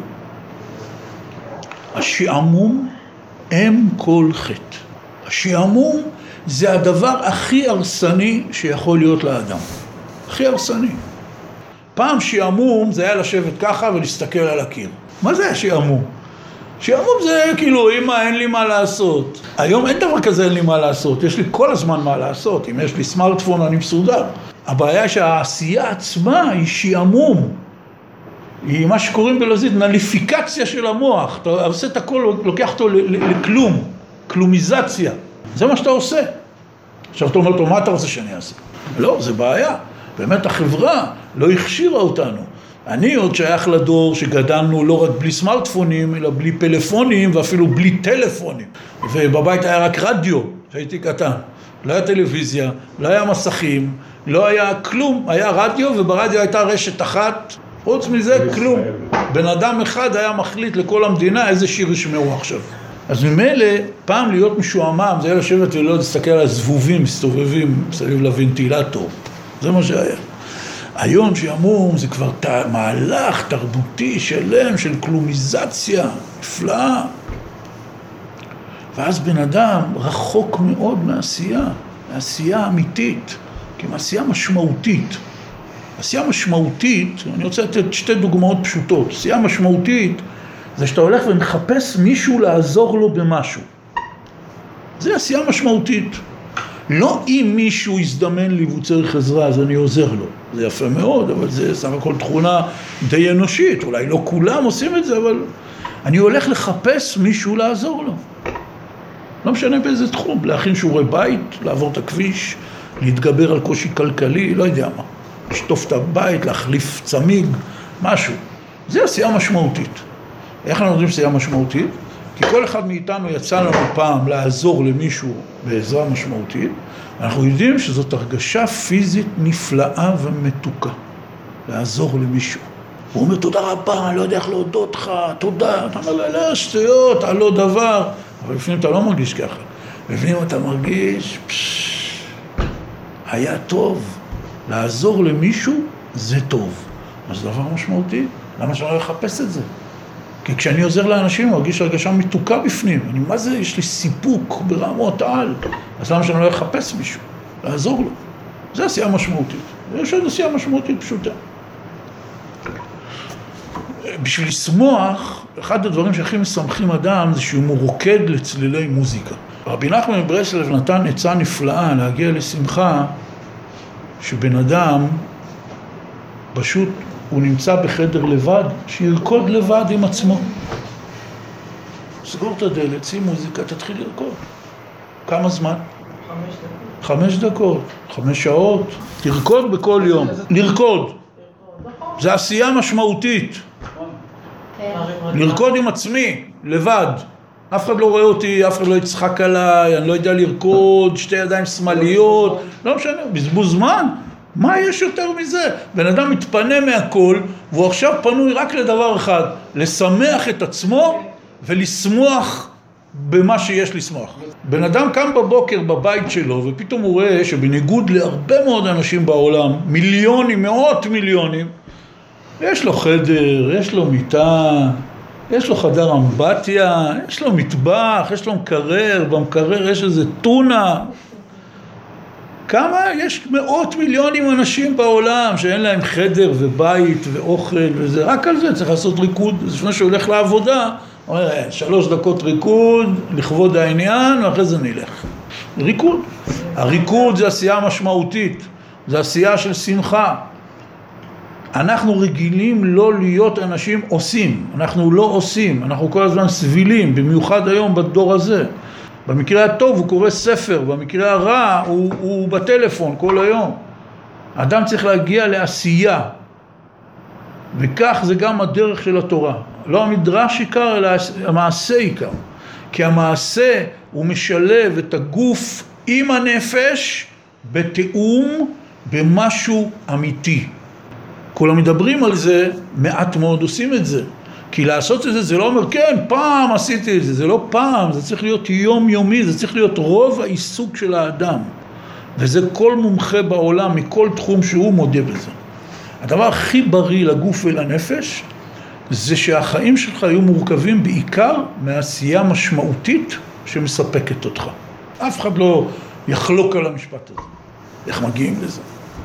השעמום הם כל חטא. השעמום זה הדבר הכי הרסני שיכול להיות לאדם. הכי הרסני. פעם שעמום זה היה לשבת ככה ולהסתכל על הקיר. מה זה השעמום? שעמום זה כאילו, אמא, אין לי מה לעשות. היום אין דבר כזה, אין לי מה לעשות. יש לי כל הזמן מה לעשות. אם יש לי סמארטפון, אני מסודר. הבעיה שהעשייה עצמה היא שעמום. היא מה שקוראים בלועזית, נליפיקציה של המוח. אתה עושה את הכל, לוקח אותו לכלום. כלומיזציה. זה מה שאתה עושה. עכשיו אתה אומר לו, מה אתה רוצה שאני אעשה? לא, זה בעיה. באמת החברה לא הכשירה אותנו. אני עוד שייך לדור שגדלנו לא רק בלי סמארטפונים, אלא בלי פלאפונים ואפילו בלי טלפונים. ובבית היה רק רדיו, שהייתי קטן. לא היה טלוויזיה, לא היה מסכים, לא היה כלום. היה רדיו וברדיו הייתה רשת אחת. חוץ מזה כלום. בן אדם אחד היה מחליט לכל המדינה איזה שיר ישמעו עכשיו. אז ממילא, פעם להיות משועמם, זה היה לשבת ולא להסתכל על הזבובים, מסתובבים מסביב לוונטילטור. זה מה שהיה. היום שעמום זה כבר מהלך תרבותי שלם של קלומיזציה, נפלאה. ואז בן אדם רחוק מאוד מעשייה, מעשייה אמיתית, כי מעשייה משמעותית. עשייה משמעותית, אני רוצה לתת שתי דוגמאות פשוטות. עשייה משמעותית זה שאתה הולך ומחפש מישהו לעזור לו במשהו. זה עשייה משמעותית. לא אם מישהו יזדמן לי והוא צריך עזרה, אז אני עוזר לו. זה יפה מאוד, אבל זה סך הכל תכונה די אנושית. אולי לא כולם עושים את זה, אבל אני הולך לחפש מישהו לעזור לו. לא משנה באיזה תחום, להכין שיעורי בית, לעבור את הכביש, להתגבר על קושי כלכלי, לא יודע מה. לשטוף את הבית, להחליף צמיג, משהו. זה עשייה משמעותית. איך אנחנו יודעים שעשייה משמעותית? כי כל אחד מאיתנו יצא לנו פעם לעזור למישהו בעזרה משמעותית, אנחנו יודעים שזאת הרגשה פיזית נפלאה ומתוקה. לעזור למישהו. הוא אומר, תודה רבה, אני לא יודע איך להודות לך, תודה. אתה אומר, לא, שטויות, על לא דבר. אבל לפעמים אתה לא מרגיש ככה. לפעמים אתה מרגיש, פשש, היה טוב. לעזור למישהו זה טוב. אז זה דבר משמעותי. למה שאני לא אחפש את זה? כי כשאני עוזר לאנשים, אני מרגיש הרגשה מתוקה בפנים. אני, מה זה? יש לי סיפוק ברמות על. אז למה שאני לא אחפש מישהו? לעזור לו. זה עשייה משמעותית. יש עוד עשייה משמעותית פשוטה. בשביל לשמוח, אחד הדברים שהכי משמחים אדם זה שהוא מרוקד לצלילי מוזיקה. רבי נחמן מברסלב נתן עצה נפלאה להגיע לשמחה, שבן אדם פשוט הוא נמצא בחדר לבד, שירקוד לבד עם עצמו. סגור את הדלת, שים מוזיקה, תתחיל לרקוד. כמה זמן? חמש דקות. חמש דקות, חמש שעות. תרקוד בכל יום. לרקוד. זה עשייה משמעותית. לרקוד עם עצמי, לבד. אף אחד לא רואה אותי, אף אחד לא יצחק עליי, אני לא יודע לרקוד, שתי ידיים שמאליות, לא משנה, בזבוז זמן. מה יש יותר מזה? בן אדם מתפנה מהכל, והוא עכשיו פנוי רק לדבר אחד, לשמח את עצמו ולשמוח במה שיש לשמוח. בן אדם קם בבוקר בבית שלו, ופתאום הוא רואה שבניגוד להרבה מאוד אנשים בעולם, מיליונים, מאות מיליונים, יש לו חדר, יש לו מיטה, יש לו חדר אמבטיה, יש לו מטבח, יש לו מקרר, במקרר יש איזה טונה. כמה? יש מאות מיליונים אנשים בעולם שאין להם חדר ובית ואוכל וזה. רק על זה צריך לעשות ריקוד. לפני שהוא הולך לעבודה, הוא אומר, שלוש דקות ריקוד, לכבוד העניין, ואחרי זה נלך. ריקוד. הריקוד זה עשייה משמעותית. זה עשייה של שמחה. אנחנו רגילים לא להיות אנשים עושים. אנחנו לא עושים. אנחנו כל הזמן סבילים, במיוחד היום בדור הזה. במקרה הטוב הוא קורא ספר, במקרה הרע הוא, הוא בטלפון כל היום. האדם צריך להגיע לעשייה, וכך זה גם הדרך של התורה. לא המדרש עיקר, אלא המעשה עיקר. כי המעשה הוא משלב את הגוף עם הנפש בתאום במשהו אמיתי. כולם מדברים על זה, מעט מאוד עושים את זה. כי לעשות את זה, זה לא אומר, כן, פעם עשיתי את זה, זה לא פעם, זה צריך להיות יומיומי, זה צריך להיות רוב העיסוק של האדם. וזה כל מומחה בעולם, מכל תחום שהוא מודה בזה. הדבר הכי בריא לגוף ולנפש, זה שהחיים שלך היו מורכבים בעיקר מעשייה משמעותית שמספקת אותך. אף אחד לא יחלוק על המשפט הזה. איך מגיעים לזה?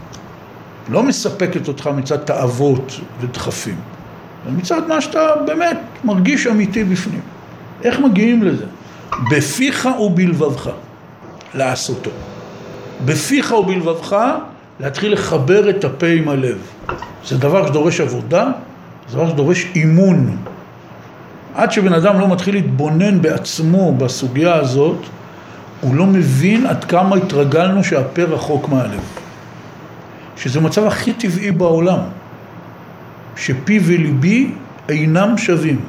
לא מספקת אותך מצד תאוות ודחפים. מצד מה שאתה באמת מרגיש אמיתי בפנים. איך מגיעים לזה? בפיך ובלבבך לעשותו. בפיך ובלבבך להתחיל לחבר את הפה עם הלב. זה דבר שדורש עבודה, זה דבר שדורש אימון. עד שבן אדם לא מתחיל להתבונן בעצמו בסוגיה הזאת, הוא לא מבין עד כמה התרגלנו שהפה רחוק מהלב. שזה מצב הכי טבעי בעולם. שפי וליבי אינם שווים.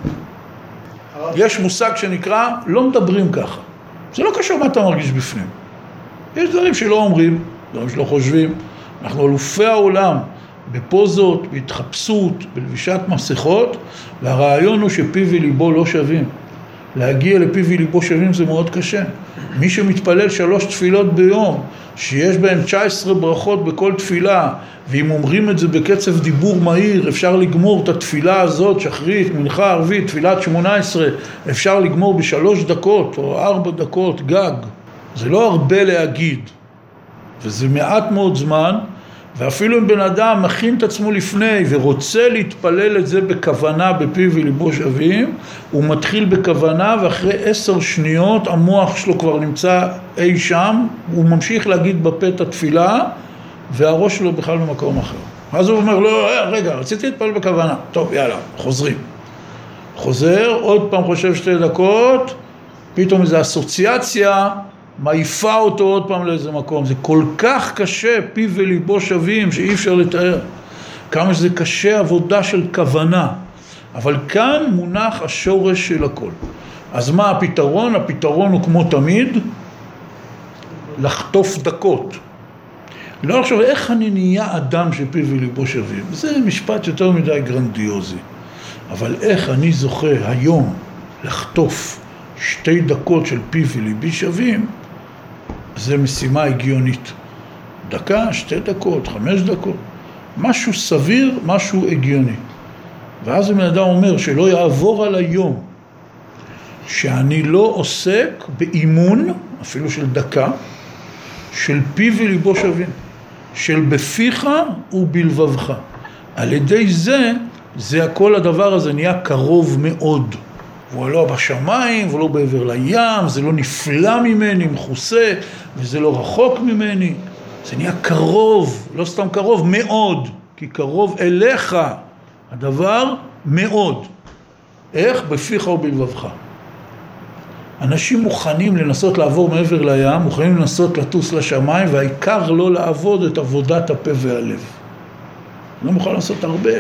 יש מושג שנקרא, לא מדברים ככה. זה לא קשור מה אתה מרגיש בפנים. יש דברים שלא אומרים, דברים שלא חושבים. אנחנו אלופי העולם בפוזות, בהתחפשות, בלבישת מסכות, והרעיון הוא שפי וליבו לא שווים. להגיע לפי וליבו שווים זה מאוד קשה. מי שמתפלל שלוש תפילות ביום, שיש בהן תשע עשרה ברכות בכל תפילה, ואם אומרים את זה בקצב דיבור מהיר, אפשר לגמור את התפילה הזאת, שחרית, מנחה, ערבית, תפילת שמונה עשרה, אפשר לגמור בשלוש דקות או ארבע דקות גג. זה לא הרבה להגיד, וזה מעט מאוד זמן, ואפילו אם בן אדם מכין את עצמו לפני ורוצה להתפלל את זה בכוונה בפיו וליבו שווים, הוא מתחיל בכוונה ואחרי עשר שניות המוח שלו כבר נמצא אי שם, הוא ממשיך להגיד בפה את התפילה והראש שלו בכלל במקום אחר. אז הוא אומר, לא, רגע, רציתי להתפלל בכוונה. טוב, יאללה, חוזרים. חוזר, עוד פעם חושב שתי דקות, פתאום איזו אסוציאציה, מעיפה אותו עוד פעם לאיזה מקום. זה כל כך קשה, פיו וליבו שווים, שאי אפשר לתאר. כמה שזה קשה עבודה של כוונה. אבל כאן מונח השורש של הכל. אז מה הפתרון? הפתרון הוא כמו תמיד, לחטוף דקות. לא לחשוב, איך אני נהיה אדם שפיו וליבו שווים? זה משפט יותר מדי גרנדיוזי. אבל איך אני זוכה היום לחטוף שתי דקות של פיו וליבי שווים, זה משימה הגיונית. דקה, שתי דקות, חמש דקות. משהו סביר, משהו הגיוני. ואז הבן אדם אומר שלא יעבור על היום שאני לא עוסק באימון, אפילו של דקה, של פיו וליבו שווים, של בפיך ובלבבך. על ידי זה, זה הכל הדבר הזה נהיה קרוב מאוד. והוא לא בשמיים, והוא לא בעבר לים, זה לא נפלא ממני, מחוסה, וזה לא רחוק ממני. זה נהיה קרוב, לא סתם קרוב, מאוד. כי קרוב אליך הדבר מאוד. איך? בפיך ובלבבך. אנשים מוכנים לנסות לעבור מעבר לים, מוכנים לנסות לטוס לשמיים, והעיקר לא לעבוד את עבודת הפה והלב. לא מוכן לעשות הרבה.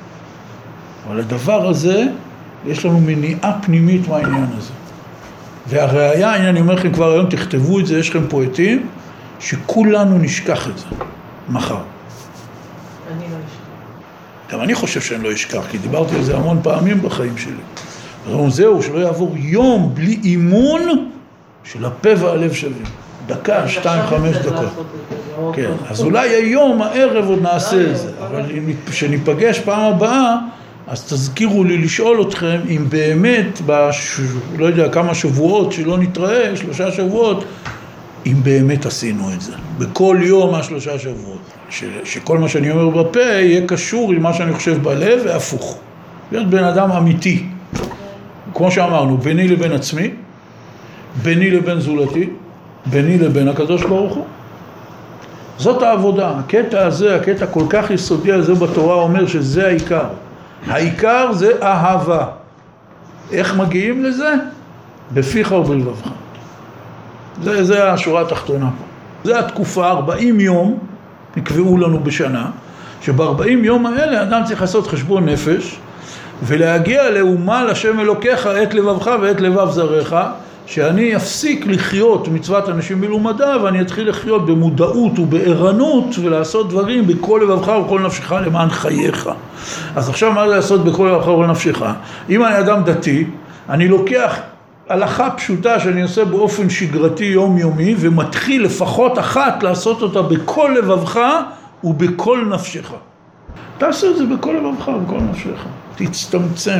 אבל הדבר הזה, יש לנו מניעה פנימית מהעניין הזה. והראיה, הנה אני אומר לכם כבר היום, תכתבו את זה, יש לכם פואטים, שכולנו נשכח את זה, מחר. אני לא אשכח. גם אני חושב שאני לא אשכח, כי דיברתי על זה המון פעמים בחיים שלי. אז זהו, שלא יעבור יום בלי אימון של הפה והלב שווים. דקה, שתיים, חמש דקות. כן, אז אולי היום, הערב עוד נעשה את זה, אבל כשניפגש פעם הבאה, אז תזכירו לי לשאול אתכם אם באמת, בש... לא יודע כמה שבועות שלא נתראה, שלושה שבועות, אם באמת עשינו את זה. בכל יום מהשלושה שבועות. ש... שכל מה שאני אומר בפה יהיה קשור עם מה שאני חושב בלב והפוך. להיות בן אדם אמיתי. כמו שאמרנו, ביני לבין עצמי, ביני לבין זולתי, ביני לבין הקדוש ברוך הוא. זאת העבודה. הקטע הזה, הקטע כל כך יסודי הזה בתורה אומר שזה העיקר. העיקר זה אהבה. איך מגיעים לזה? בפיך ובלבבך. זה, זה השורה התחתונה פה. זה התקופה, ארבעים יום, נקבעו לנו בשנה, שב-ארבעים יום האלה אדם צריך לעשות חשבון נפש, ולהגיע לאומה לשם אלוקיך את לבבך ואת לבב זרעך, שאני אפסיק לחיות מצוות אנשים מלומדה, ואני אתחיל לחיות במודעות ובערנות, ולעשות דברים בכל לבבך ובכל נפשך למען חייך. אז עכשיו מה זה לעשות בכל לבבך ובכל נפשך? אם אני אדם דתי, אני לוקח הלכה פשוטה שאני עושה באופן שגרתי יומיומי, ומתחיל לפחות אחת לעשות אותה בכל לבבך ובכל נפשך. תעשה את זה בכל לבבך ובכל נפשך. תצטמצם.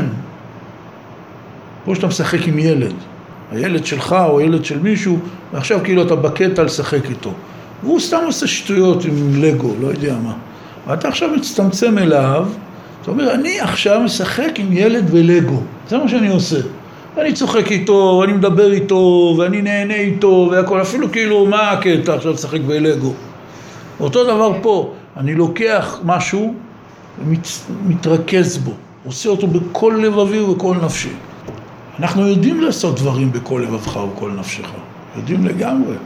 כמו שאתה משחק עם ילד. הילד שלך או ילד של מישהו, ועכשיו כאילו אתה בקטע לשחק איתו. והוא סתם עושה שטויות עם לגו, לא יודע מה. ואתה עכשיו מצטמצם אליו, אתה אומר, אני עכשיו משחק עם ילד בלגו. זה מה שאני עושה. אני צוחק איתו, ואני מדבר איתו, ואני נהנה איתו, והכל. אפילו כאילו, מה הקטע עכשיו לשחק בלגו? אותו דבר פה, אני לוקח משהו ומתרכז בו. עושה אותו בכל לבבי ובכל נפשי. אנחנו יודעים לעשות דברים בכל לבבך ובכל נפשך. יודעים לגמרי.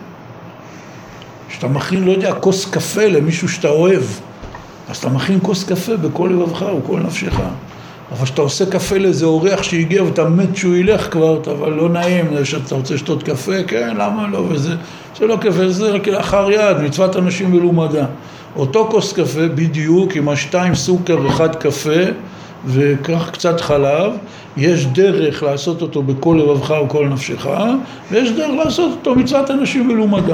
שאתה מכין, לא יודע, כוס קפה למישהו שאתה אוהב. אז אתה מכין כוס קפה בכל לבבך ובכל נפשך. אבל שאתה עושה קפה לאיזה אורח שהגיע ואתה מת שהוא ילך כבר, אבל לא נעים, שאתה רוצה לשתות קפה, כן, למה לא? וזה, זה לא קפה, זה רק לאחר יד, מצוות אנשים מלומדה. אותו כוס קפה בדיוק, עם השתיים סוכר, אחד קפה, וכך קצת חלב, יש דרך לעשות אותו בכל לבבך ובכל נפשך, ויש דרך לעשות אותו מצוות אנשים מלומדה.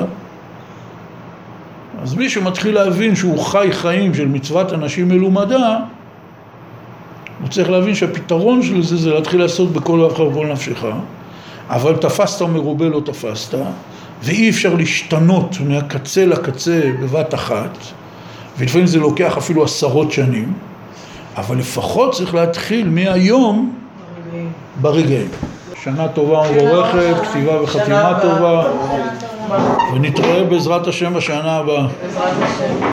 אז מי שמתחיל להבין שהוא חי חיים של מצוות אנשים מלומדה, הוא צריך להבין שהפתרון של זה זה להתחיל לעשות בכל לבבך ובכל נפשך, אבל תפסת מרובה לא תפסת, ואי אפשר להשתנות מהקצה לקצה בבת אחת, ולפעמים זה לוקח אפילו עשרות שנים, אבל לפחות צריך להתחיל מהיום ברגעים. שנה טובה ומבורכת, כתיבה וחתימה טובה, ונתראה בעזרת השם בשנה הבאה.